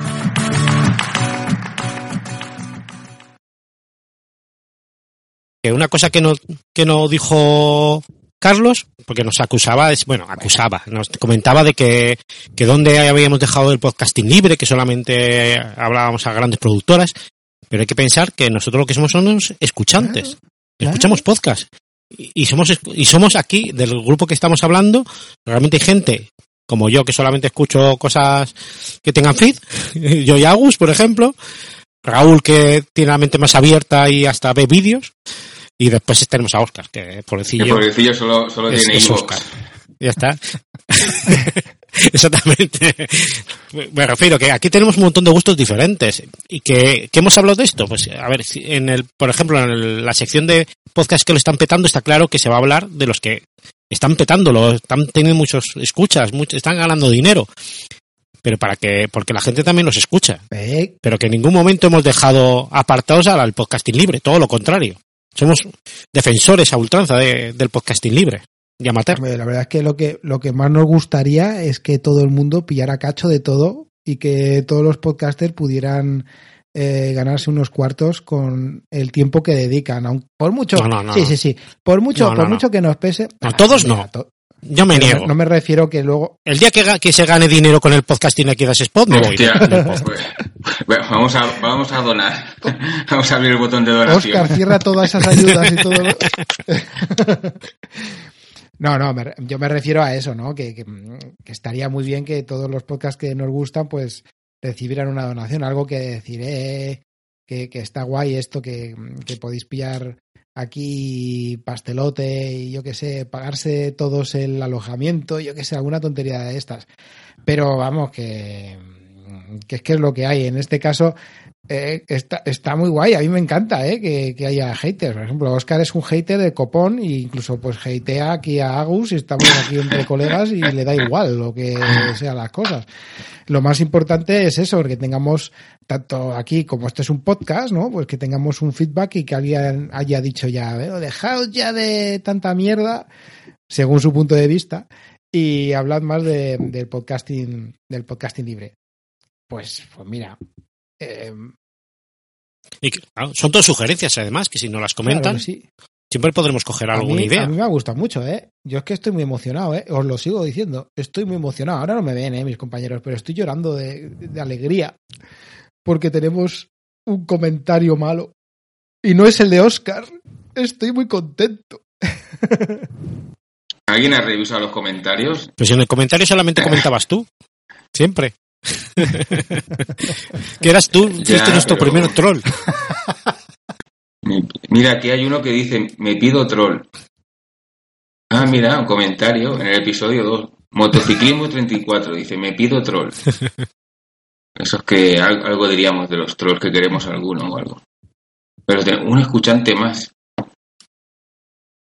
Una cosa que no, que no dijo Carlos, porque nos acusaba, es, bueno, acusaba, nos comentaba de que, que dónde habíamos dejado el podcasting libre, que solamente hablábamos a grandes productoras, pero hay que pensar que nosotros lo que somos son escuchantes, claro, escuchamos claro. podcast. Y somos, y somos aquí, del grupo que estamos hablando, realmente hay gente como yo que solamente escucho cosas que tengan feed, yo y Agus, por ejemplo, Raúl que tiene la mente más abierta y hasta ve vídeos, y después tenemos a Óscar, que pobrecillo, el pobrecillo solo, solo es, tiene es Óscar. Ya está. Exactamente. Me refiero que aquí tenemos un montón de gustos diferentes. ¿Y que, que hemos hablado de esto? Pues a ver, en el, por ejemplo, en el, la sección de podcast que lo están petando, está claro que se va a hablar de los que están petándolo, están teniendo muchos escuchas, muchos, están ganando dinero. Pero para que, porque la gente también los escucha. ¿Eh? Pero que en ningún momento hemos dejado apartados al podcasting libre, todo lo contrario. Somos defensores a ultranza de, del podcasting libre. Y amateur. La verdad es que lo que lo que más nos gustaría es que todo el mundo pillara cacho de todo y que todos los podcasters pudieran eh, ganarse unos cuartos con el tiempo que dedican. Aun, por mucho, no, no, no, sí, sí, sí, por mucho, no, no, por no. mucho que nos pese. No, todos mira, no. To- Yo me Pero niego. No, no me refiero que luego. El día que, que se gane dinero con el podcasting aquí de Spot, me voy. Hostia, pues, bueno, vamos a, vamos a donar. Vamos a abrir el botón de donación. Óscar, cierra todas esas ayudas y todo. No, no, me, yo me refiero a eso, ¿no? Que, que, que estaría muy bien que todos los podcasts que nos gustan, pues, recibieran una donación, algo que decir, eh, que, que está guay esto, que, que podéis pillar aquí pastelote y yo qué sé, pagarse todos el alojamiento, yo qué sé, alguna tontería de estas. Pero vamos, que, que es que es lo que hay. En este caso, eh, está, está muy guay. A mí me encanta eh, que, que haya haters. Por ejemplo, Óscar es un hater de copón e incluso pues hatea aquí a Agus y estamos aquí entre colegas y le da igual lo que sean las cosas. Lo más importante es eso, que tengamos, tanto aquí como esto es un podcast, ¿no? Pues que tengamos un feedback y que alguien haya dicho ya, ¿eh? Dejaos ya de tanta mierda, según su punto de vista, y hablad más de, del podcasting, del podcasting libre. Pues, pues mira. Eh, y que, claro, son todas sugerencias, además, que si no las comentan, claro que sí. Siempre podremos coger alguna a mí, idea. A mí me ha gustado mucho, ¿eh? Yo es que estoy muy emocionado, ¿eh? Os lo sigo diciendo. Estoy muy emocionado. Ahora no me ven, ¿eh? Mis compañeros, pero estoy llorando de, de alegría porque tenemos un comentario malo y no es el de Óscar. Estoy muy contento. ¿Alguien ha revisado los comentarios? Pues en el comentario solamente comentabas tú. Siempre. Que eras tú, fuiste ya, nuestro pero... primer troll. Mira, aquí hay uno que dice, me pido troll. Ah, mira, un comentario en el episodio dos. Motociclismo treinta y cuatro, dice, me pido troll. Eso es que algo diríamos de los trolls, que queremos alguno o algo. Pero un escuchante más.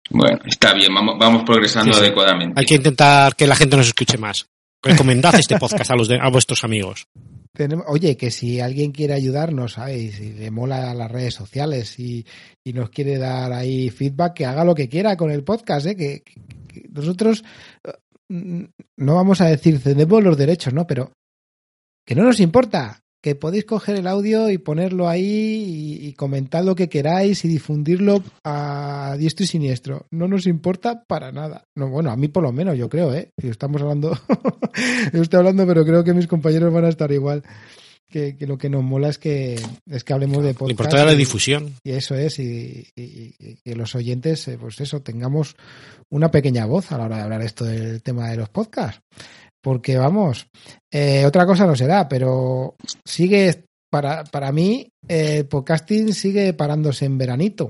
Bueno, está bien, vamos, vamos progresando Sí, sí. adecuadamente. Hay que intentar que la gente nos escuche más. Recomendad este podcast a los de, a vuestros amigos. Tenemos, oye, que si alguien quiere ayudarnos, ¿sabes? Si le mola las redes sociales y, y nos quiere dar ahí feedback, que haga lo que quiera con el podcast, ¿eh? Que, que, que nosotros no vamos a decir tenemos los derechos, ¿no? Pero que no nos importa, que podéis coger el audio y ponerlo ahí y, y comentar lo que queráis y difundirlo a diestro y siniestro. No nos importa para nada. No, bueno, a mí por lo menos, yo creo, ¿eh? Si estamos hablando, yo estoy hablando, pero creo que mis compañeros van a estar igual. Que, que lo que nos mola es que es que hablemos de podcast. Lo importante es la difusión. Y eso es, y, y, y que los oyentes, pues eso, tengamos una pequeña voz a la hora de hablar esto del tema de los podcasts. Porque vamos, eh, otra cosa no será, pero sigue, para, para mí, el eh, podcasting sigue parándose en veranito.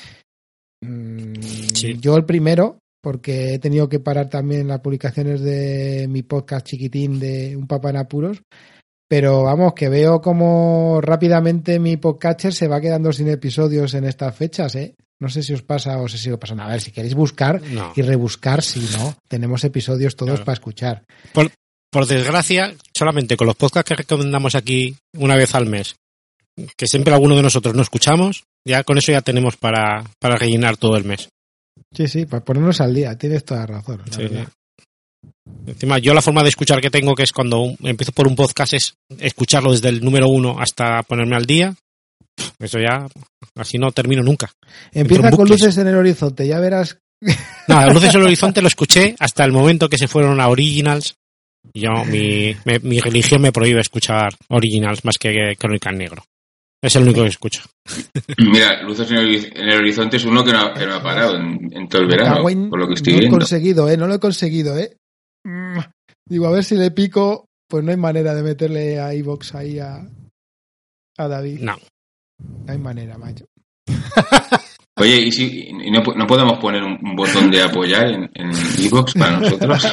Mm, sí. Yo el primero, porque he tenido que parar también las publicaciones de mi podcast chiquitín de Un Papá en Apuros, pero vamos, que veo como rápidamente mi podcatcher se va quedando sin episodios en estas fechas, ¿eh? No sé si os pasa o sé si os pasa. A ver, si queréis buscar no. y rebuscar, si no, tenemos episodios todos claro. para escuchar. Por, por desgracia, solamente con los podcasts que recomendamos aquí una vez al mes, que siempre alguno de nosotros no escuchamos, ya con eso ya tenemos para, para rellenar todo el mes. Sí, sí, para ponernos al día, tienes toda la razón. La sí, verdad. Encima, yo la forma de escuchar que tengo, que es cuando un, empiezo por un podcast, es escucharlo desde el número uno hasta ponerme al día. Eso ya, así no termino nunca. Empieza con Luces en el Horizonte, ya verás. No, Luces en el Horizonte lo escuché hasta el momento que se fueron a Originals. Yo, mi, mi, mi religión me prohíbe escuchar Originals más que Crónica en Negro. Es el único que escucho. Mira, Luces en el, en el Horizonte es uno que no, que no ha parado en, en todo el verano, en, por lo que estoy no viendo. No lo he conseguido, ¿eh? No lo he conseguido, ¿eh? Digo, a ver si le pico, pues no hay manera de meterle a iVoox ahí a, a David. No. No hay manera, macho. Oye, ¿y si y no, no podemos poner un, un botón de apoyar en iVoox para nosotros?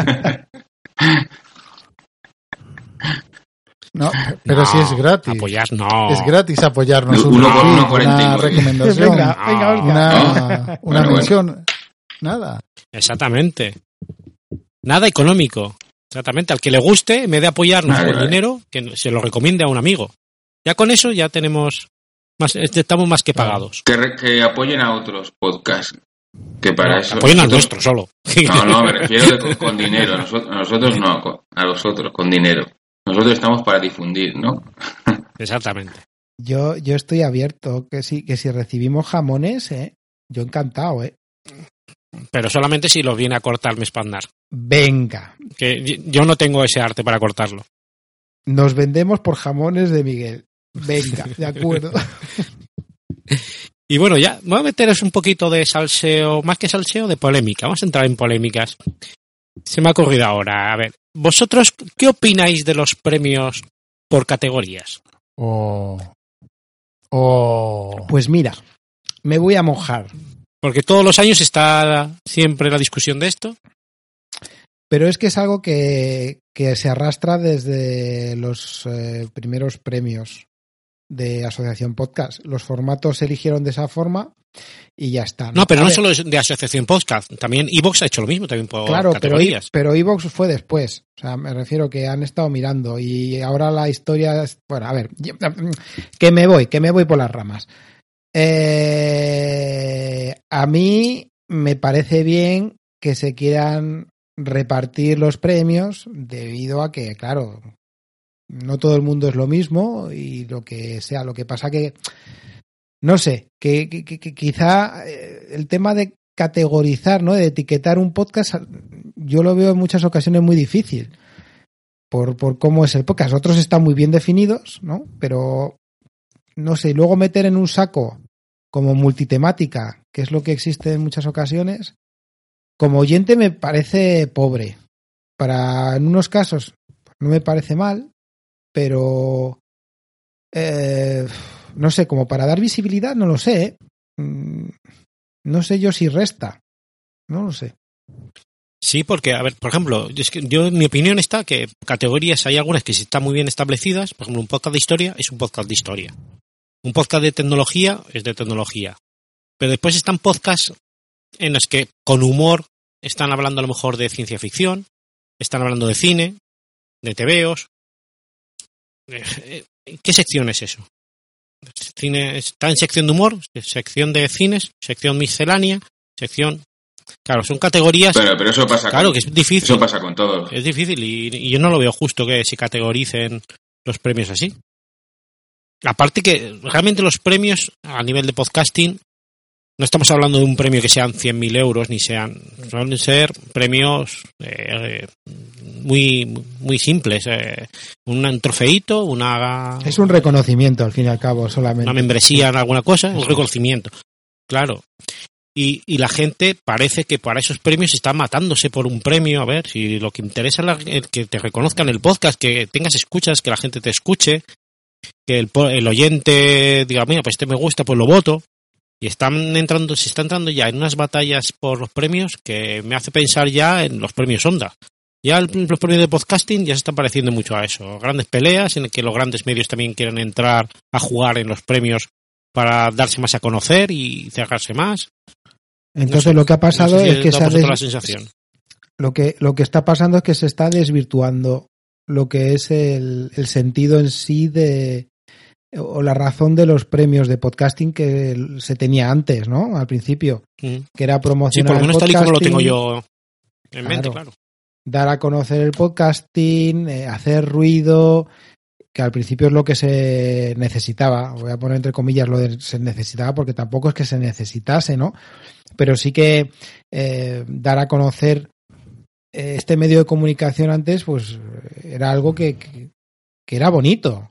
No, pero no, si es gratis. Apoyar no. Es gratis apoyarnos. Uno, un uno, tweet, uno cuarenta y nueve. una recomendación, venga, venga, venga. una, una bueno, mención. Bueno. Nada. Exactamente. Nada económico. Exactamente. Al que le guste, en vez de apoyarnos vale, con vale. dinero, que se lo recomiende a un amigo. Ya con eso ya tenemos más, estamos más que pagados. Que, re, que apoyen a otros podcasts. Que para no, eso. Apoyen al nuestro solo. No, no, me refiero de, con, con dinero. A nosotros, a nosotros no, a los otros, con dinero. Nosotros estamos para difundir, ¿no? Exactamente. Yo, yo estoy abierto, que si, que si recibimos jamones, ¿eh? Yo encantado, ¿eh? Pero solamente si los viene a cortar mi espandar. Venga. Que yo no tengo ese arte para cortarlo. Nos vendemos por jamones de Miguel. Venga, de acuerdo. Y bueno, ya, voy a meteros un poquito de salseo, más que salseo, de polémica. Vamos a entrar en polémicas. Se me ha ocurrido ahora. A ver, ¿vosotros qué opináis de los premios por categorías? Oh. Oh. Pues mira, me voy a mojar. Porque todos los años está siempre la discusión de esto. Pero es que es algo que, que se arrastra desde los eh, primeros premios de Asociación Podcast. Los formatos se eligieron de esa forma y ya está. No, no pero a no ver, solo es de Asociación Podcast. También iVoox ha hecho lo mismo, también por claro, categorías. Pero, pero iVoox fue después. O sea, me refiero que han estado mirando y ahora la historia es... Bueno, a ver, que me voy, que me voy por las ramas. Eh, a mí me parece bien que se quieran repartir los premios debido a que, claro, no todo el mundo es lo mismo y lo que sea, lo que pasa que, no sé, que, que, que quizá el tema de categorizar, ¿no? De etiquetar un podcast, yo lo veo en muchas ocasiones muy difícil por, por cómo es el podcast. Otros están muy bien definidos, ¿no? Pero, no sé, luego meter en un saco como multitemática, que es lo que existe en muchas ocasiones, como oyente me parece pobre. Para, en unos casos, no me parece mal, pero eh, no sé, como para dar visibilidad, no lo sé. ¿eh? No sé yo si resta. No lo sé. Sí, porque, a ver, por ejemplo, es que yo, mi opinión está que categorías hay algunas que sí están muy bien establecidas. Por ejemplo, un podcast de historia es un podcast de historia. Un podcast de tecnología es de tecnología. Pero después están podcasts en los que con humor están hablando a lo mejor de ciencia ficción, están hablando de cine, de tebeos. ¿Qué sección es eso? Cine, está en sección de humor, sección de cines, sección miscelánea, sección... Claro, son categorías... Pero, pero eso pasa Claro con, que es difícil. Eso pasa con todos. Es difícil y, y yo no lo veo justo que se categoricen los premios así. Aparte que realmente los premios a nivel de podcasting no estamos hablando de un premio que sean cien mil euros ni sean... Suelen ser premios eh, muy muy simples. Eh, un trofeito, una... Es un reconocimiento al fin y al cabo solamente. Una membresía en alguna cosa, un reconocimiento. Claro. Y, y la gente parece que para esos premios está matándose por un premio. A ver, si lo que interesa es la, que te reconozcan el podcast, que tengas escuchas, que la gente te escuche, que el, el oyente diga, mira, pues este me gusta, pues lo voto. Y están entrando, se está entrando ya en unas batallas por los premios que me hace pensar ya en los premios Onda. Ya el, los premios de podcasting ya se están pareciendo mucho a eso. Grandes peleas en el que los grandes medios también quieren entrar a jugar en los premios para darse más a conocer y cerrarse más. Entonces no sé, lo que ha pasado no sé si es que se ha des... la sensación. Lo que lo que está pasando es que se está desvirtuando lo que es el, el sentido en sí de o la razón de los premios de podcasting que se tenía antes, ¿no? Al principio, mm. que era promocionar sí, por lo menos el podcasting, tal y como lo tengo yo en claro, mente, claro. Dar a conocer el podcasting, eh, hacer ruido, que al principio es lo que se necesitaba. Voy a poner entre comillas lo de se necesitaba porque tampoco es que se necesitase, ¿no? Pero sí que eh, dar a conocer eh, este medio de comunicación antes, pues era algo que, que, que era bonito.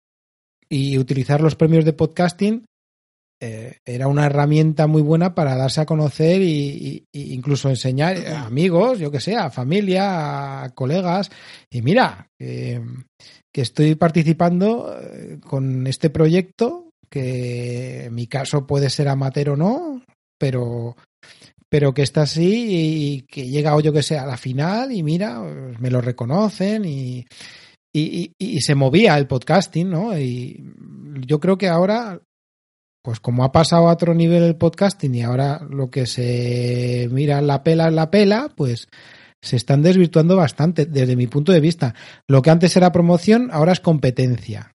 Y utilizar los premios de podcasting eh, era una herramienta muy buena para darse a conocer y, y, y incluso enseñar a amigos, yo que sé, a familia, a colegas. Y mira, eh, que estoy participando con este proyecto, que en mi caso puede ser amateur o no, pero, pero que está así y que llega, o yo que sé, a la final y mira, me lo reconocen y... Y, y, y se movía el podcasting, ¿no? Y yo creo que ahora, pues como ha pasado a otro nivel el podcasting y ahora lo que se mira en la pela en la pela, pues se están desvirtuando bastante desde mi punto de vista. Lo que antes era promoción, ahora es competencia.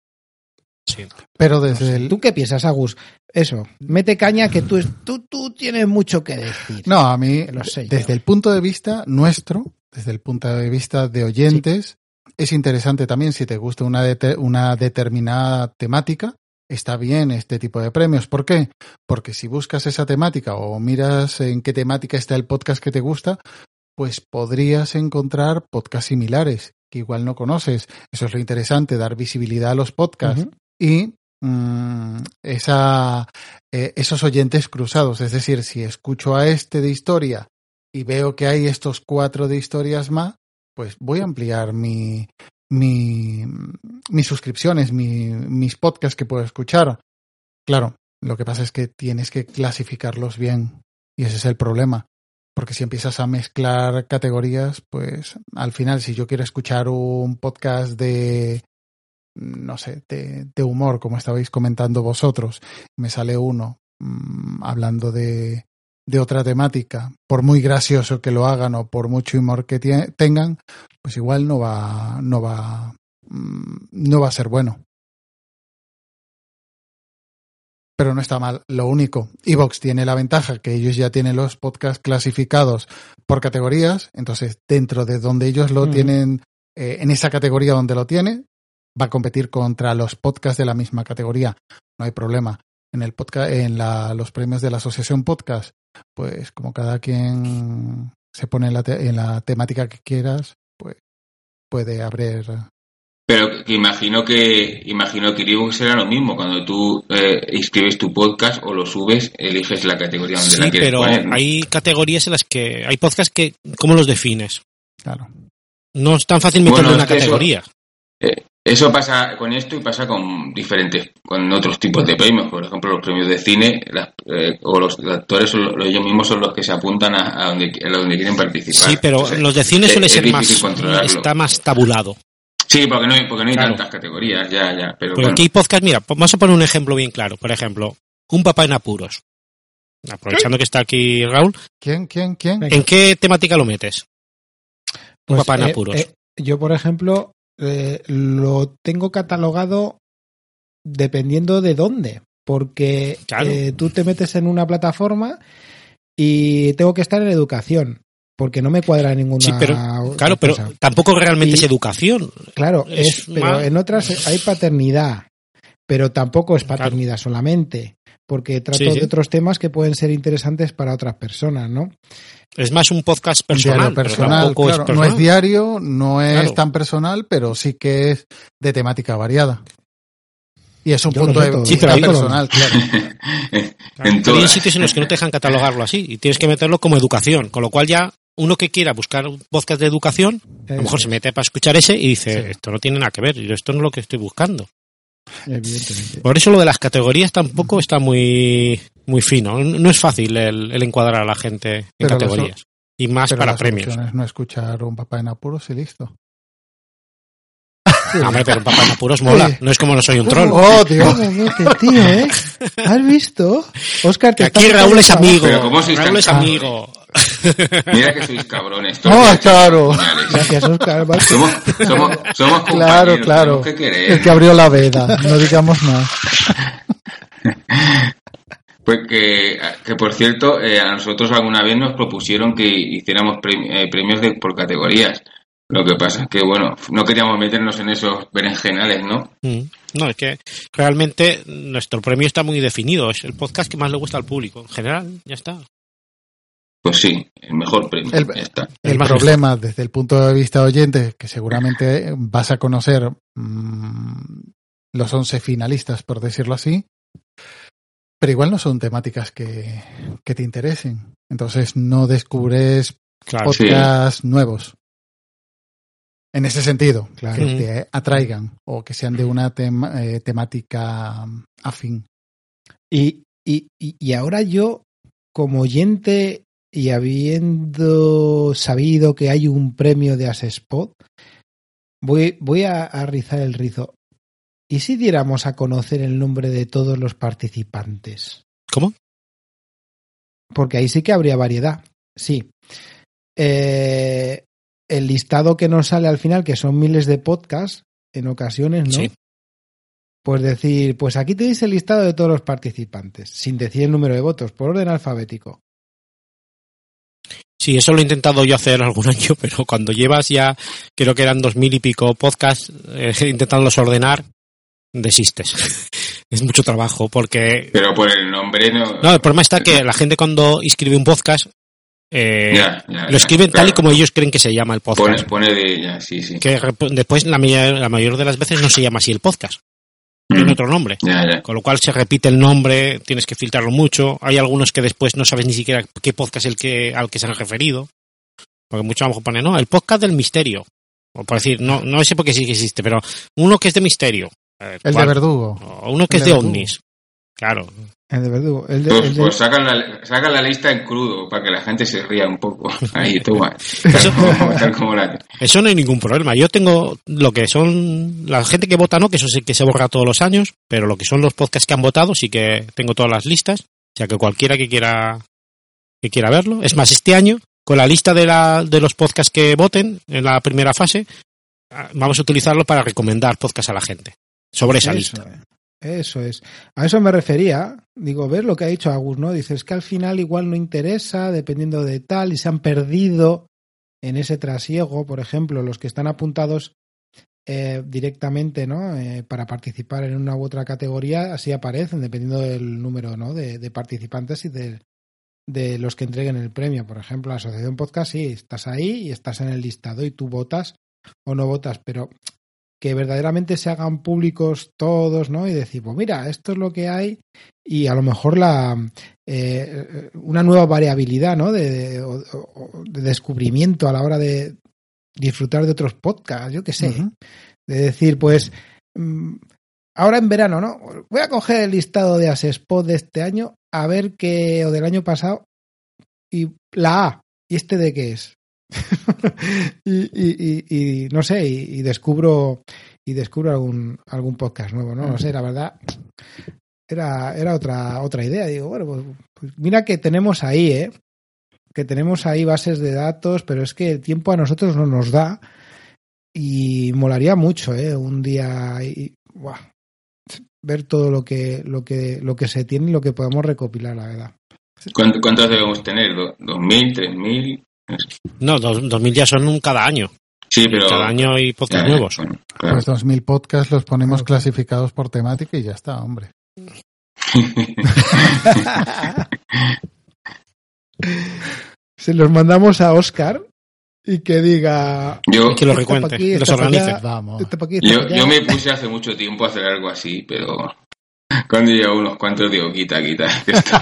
Sí. Pero desde el... ¿Tú qué piensas, Agus? Eso, mete caña que tú, tú, tú tienes mucho que decir. No, a mí, lo sé desde yo. el punto de vista nuestro, desde el punto de vista de oyentes... Sí. Es interesante también si te gusta una, de, una determinada temática, está bien este tipo de premios. ¿Por qué? Porque si buscas esa temática o miras en qué temática está el podcast que te gusta, pues podrías encontrar podcasts similares que igual no conoces. Eso es lo interesante, dar visibilidad a los podcasts. Uh-huh. Y mmm, esa, eh, esos oyentes cruzados. Es decir, si escucho a este de historia y veo que hay estos cuatro de historias más, pues voy a ampliar mi, mi, mis suscripciones, mi, mis podcasts que puedo escuchar. Claro, lo que pasa es que tienes que clasificarlos bien y ese es el problema. Porque si empiezas a mezclar categorías, pues al final si yo quiero escuchar un podcast de, no sé, de, de humor, como estabais comentando vosotros, me sale uno mmm, hablando de... de otra temática, por muy gracioso que lo hagan o por mucho humor que t- tengan, pues igual no va, no va, no va a ser bueno. Pero no está mal. Lo único, iVoox tiene la ventaja que ellos ya tienen los podcasts clasificados por categorías, entonces dentro de donde ellos lo mm. tienen, eh, en esa categoría donde lo tiene, va a competir contra los podcasts de la misma categoría. No hay problema. En el podcast, en la, los premios de la Asociación Podcast, pues como cada quien se pone en la, te, en la temática que quieras, pues puede abrir. Pero que imagino que imagino que iVoox será lo mismo. Cuando tú eh, inscribes tu podcast o lo subes, eliges la categoría donde sí, la quieres pero poner, ¿no? Hay categorías en las que hay podcasts que, ¿cómo los defines? Claro. No es tan fácil meterle bueno, una es que categoría. Eso, eh, Eso pasa con esto y pasa con diferentes, con otros tipos de premios. Por ejemplo, los premios de cine, las, eh, o los actores, son los, ellos mismos son los que se apuntan a, a, donde, a donde quieren participar. Sí, pero Entonces, los de cine suele ser más, está más tabulado. Sí, porque no hay, porque no hay claro. tantas categorías, ya, ya. Pero porque bueno. Aquí hay podcast, mira, vamos a poner un ejemplo bien claro. Por ejemplo, Un papá en apuros. aprovechando que está aquí Raúl. ¿Quién, quién, quién? ¿En qué temática lo metes? Pues, Papá en eh, apuros. eh, yo, por ejemplo, eh, lo tengo catalogado dependiendo de dónde. Porque Claro. eh, tú te metes en una plataforma y tengo que estar en educación. Porque no me cuadra ninguna. Sí, pero claro, pero cosa. tampoco realmente Y- es educación. Claro, Es es, pero más- en otras hay paternidad, pero tampoco es paternidad solamente, porque trato Sí, sí. de otros temas que pueden ser interesantes para otras personas, ¿no? Es más un podcast personal, Diario pero personal, tampoco claro. es personal. No es diario, no es Claro. tan personal, pero sí que es de temática variada. Y es un Yo lo punto de noto, Sí, vista pero ahí- personal, claro. En Pero hay todas. sitios en los que no te dejan catalogarlo así y tienes que meterlo como educación, con lo cual ya uno que quiera buscar un podcast de educación, a lo mejor se mete para escuchar ese y dice, Sí. esto no tiene nada que ver, yo esto no es lo que estoy buscando. Evidentemente. Por eso lo de las categorías tampoco está muy muy fino, no es fácil el, el encuadrar a la gente en Pero la categorías. Y más Pero para la premios. solución es no escuchar un papá en apuros y listo. No, hombre, pero un papá en apuros mola, Oye. no es como no soy un troll. Oh, tío. ¿Cómo mete, tío, eh? ¿Has visto? Óscar, te Que aquí está Raúl es metiendo amigo, Pero ¿cómo sois Raúl tan es cabrones? amigo. Mira que sois cabrones. todos Oh, los días claro. puñales. Gracias, Óscar. Vale. Somos, somos, somos compañeros. Claro, claro. tenemos que querer. El que abrió la veda, no digamos más. Pues que, que por cierto, eh, a nosotros alguna vez nos propusieron que hiciéramos premi- eh, premios de, por categorías. Lo que pasa es que, bueno, no queríamos meternos en esos berenjenales, ¿no? Mm. No, es que realmente nuestro premio está muy definido, es el podcast que más le gusta al público. En general, ya está. Pues sí, el mejor premio. El- ya está. El más problema desde el punto de vista oyente, que seguramente vas a conocer mmm, los once finalistas, por decirlo así, pero igual no son temáticas que, que te interesen. Entonces no descubres Claro. podcasts nuevos. En ese sentido, Claro. que te atraigan o que sean de una tema- eh, temática mm, afín. Y, y, y y ahora yo, como oyente y habiendo sabido que hay un premio de Asespot, voy, voy a, a rizar el rizo. ¿Y si diéramos a conocer el nombre de todos los participantes? ¿Cómo? Porque ahí sí que habría variedad. Sí. Eh, el listado que nos sale al final, que son miles de podcasts, en ocasiones, ¿no? Sí. Pues decir, pues aquí tenéis el listado de todos los participantes, sin decir el número de votos, por orden alfabético. Sí, eso lo he intentado yo hacer algún año, pero cuando llevas ya, creo que eran dos mil y pico podcasts, eh, intentándolos ordenar, desistes. Es mucho trabajo, porque... Pero por el nombre no... No, el problema está que la gente cuando escribe un podcast, eh, Ya, ya, lo ya, escriben tal claro. y como ellos creen que se llama el podcast. Pone, pone de... Ya, sí, sí. Que rep- después la, mayor- la mayor de las veces no se llama así el podcast. Tiene otro nombre. Ya, ya. Con lo cual se repite el nombre, tienes que filtrarlo mucho. Hay algunos que después no sabes ni siquiera qué podcast es el que al que se han referido. Porque muchos a lo mejor ponen, no, el podcast del misterio. O por decir, no, no sé por qué sí que existe, pero uno que es de misterio. A ver, El ¿cuál? de Verdugo. O uno que El es de de Verdugo. ovnis. Claro. El de Verdugo. El de, Pues, el de- pues sacan, la, sacan la lista en crudo para que la gente se ría un poco. Ahí, toma. Tal como, tal como la... Eso no hay ningún problema. Yo tengo lo que son la gente que vota, no, que eso sí que se borra todos los años, pero lo que son los podcasts que han votado sí que tengo todas las listas, o sea que cualquiera que quiera que quiera verlo. Es más, este año con la lista de la de los podcasts que voten en la primera fase vamos a utilizarlo para recomendar podcasts a la gente sobre esa Eso, lista. Eso es. A eso me refería. Digo, ver lo que ha dicho Agus, ¿no? Dices que al final igual no interesa, dependiendo de tal, y se han perdido en ese trasiego, por ejemplo, los que están apuntados eh, directamente, ¿no? Eh, para participar en una u otra categoría, así aparecen, dependiendo del número, ¿no? De, de participantes y de, de los que entreguen el premio. Por ejemplo, la Asociación Podcast, sí, estás ahí y estás en el listado y tú votas o no votas, pero que verdaderamente se hagan públicos todos, ¿no? Y decir, pues mira, esto es lo que hay y a lo mejor la eh, una nueva variabilidad, ¿no? De, de, de descubrimiento a la hora de disfrutar de otros podcasts, yo qué sé. Uh-huh. De decir, pues ahora en verano, ¿no? Voy a coger el listado de Asespot de este año a ver qué, o del año pasado, y la A, ¿y este de qué es? y, y, y, y no sé, y, y descubro y descubro algún algún podcast nuevo, ¿no? No sé, la verdad, era, era otra, otra idea. Digo, bueno, pues, pues mira que tenemos ahí, ¿eh? Que tenemos ahí bases de datos, pero es que el tiempo a nosotros no nos da y molaría mucho, ¿eh? Un día y, ¡buah! Ver todo lo que, lo que, lo que se tiene y lo que podemos recopilar, la verdad. ¿Cuántos debemos tener? ¿Dos mil? ¿Tres mil? No, dos mil ya son cada año. Sí, pero... Cada año hay podcasts ya, nuevos. Bueno, claro. Pues dos mil podcasts los ponemos clasificados por temática y ya está, hombre. Se los mandamos a Óscar y que diga... Yo, que lo recuente, aquí, los organice. Allá, Vamos. Aquí, yo, yo me puse hace mucho tiempo a hacer algo así, pero cuando llevo unos cuantos digo, quita, quita, que esto,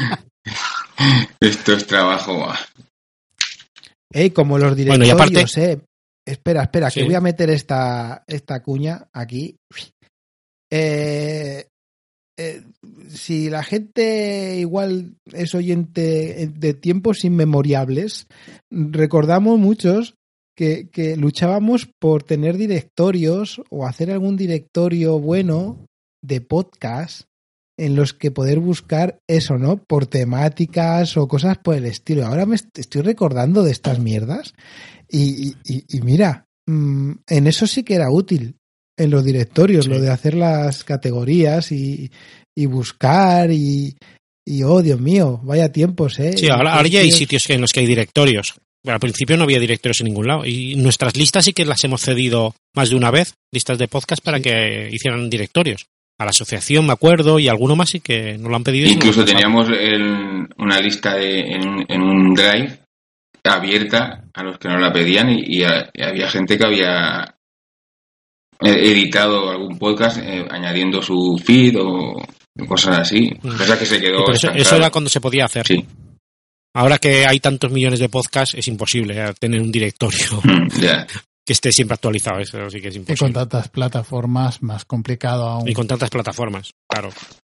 esto es trabajo. Ey, como los directorios, bueno, y aparte... eh. Espera, espera, sí. que voy a meter esta, esta cuña aquí. Eh, eh, si la gente igual es oyente de tiempos inmemorables, recordamos muchos que, que luchábamos por tener directorios o hacer algún directorio bueno de podcast en los que poder buscar eso, ¿no? Por temáticas o cosas por el estilo. Ahora me estoy recordando de estas mierdas y, y, y mira, mmm, en eso sí que era útil, en los directorios, sí. Lo de hacer las categorías y, y buscar y, y, oh, Dios mío, vaya tiempos, ¿eh? Sí, ahora, ahora ya hay sitios en los que hay directorios. Pero al principio no había directorios en ningún lado. Y nuestras listas sí que las hemos cedido más de una vez, listas de podcast, para sí. que hicieran directorios. A la asociación, me acuerdo, y alguno más sí que nos lo han pedido. Incluso teníamos el, una lista de, en, en un drive abierta a los que nos la pedían y, y, a, y había gente que había editado algún podcast eh, añadiendo su feed o cosas así. Cosa que se quedó. Pero eso, eso era cuando se podía hacer. Sí. Ahora que hay tantos millones de podcasts es imposible eh, tener un directorio. Mm, yeah. Que esté siempre actualizado, eso sí que es imposible. Y con tantas plataformas, más complicado aún. Y con tantas plataformas, claro.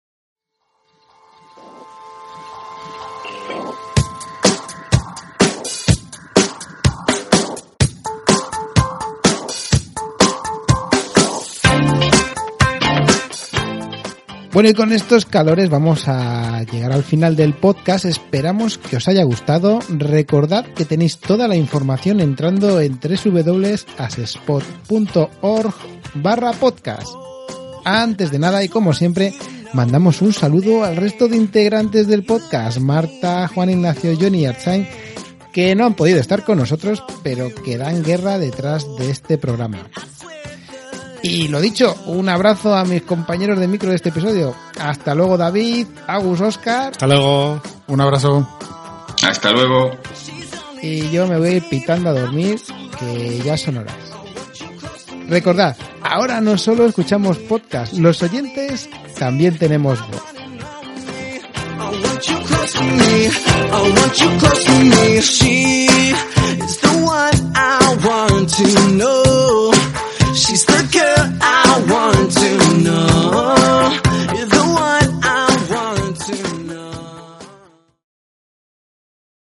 Bueno, y con estos calores vamos a llegar al final del podcast. Esperamos que os haya gustado. Recordad que tenéis toda la información entrando en doble u doble u doble u punto asespot punto org barra podcast. Antes de nada y como siempre, mandamos un saludo al resto de integrantes del podcast. Marta, Juan Ignacio, Johnny y Archain, que no han podido estar con nosotros, pero que dan guerra detrás de este programa. Y lo dicho, un abrazo a mis compañeros de micro de este episodio. Hasta luego, David, Agus, Óscar. Hasta luego. Un abrazo. Hasta luego. Y yo me voy a ir pitando a dormir, que ya son horas. Recordad, ahora no solo escuchamos podcast, los oyentes también tenemos voz. I want you close to me. I want you close to me. She is the one I want to know.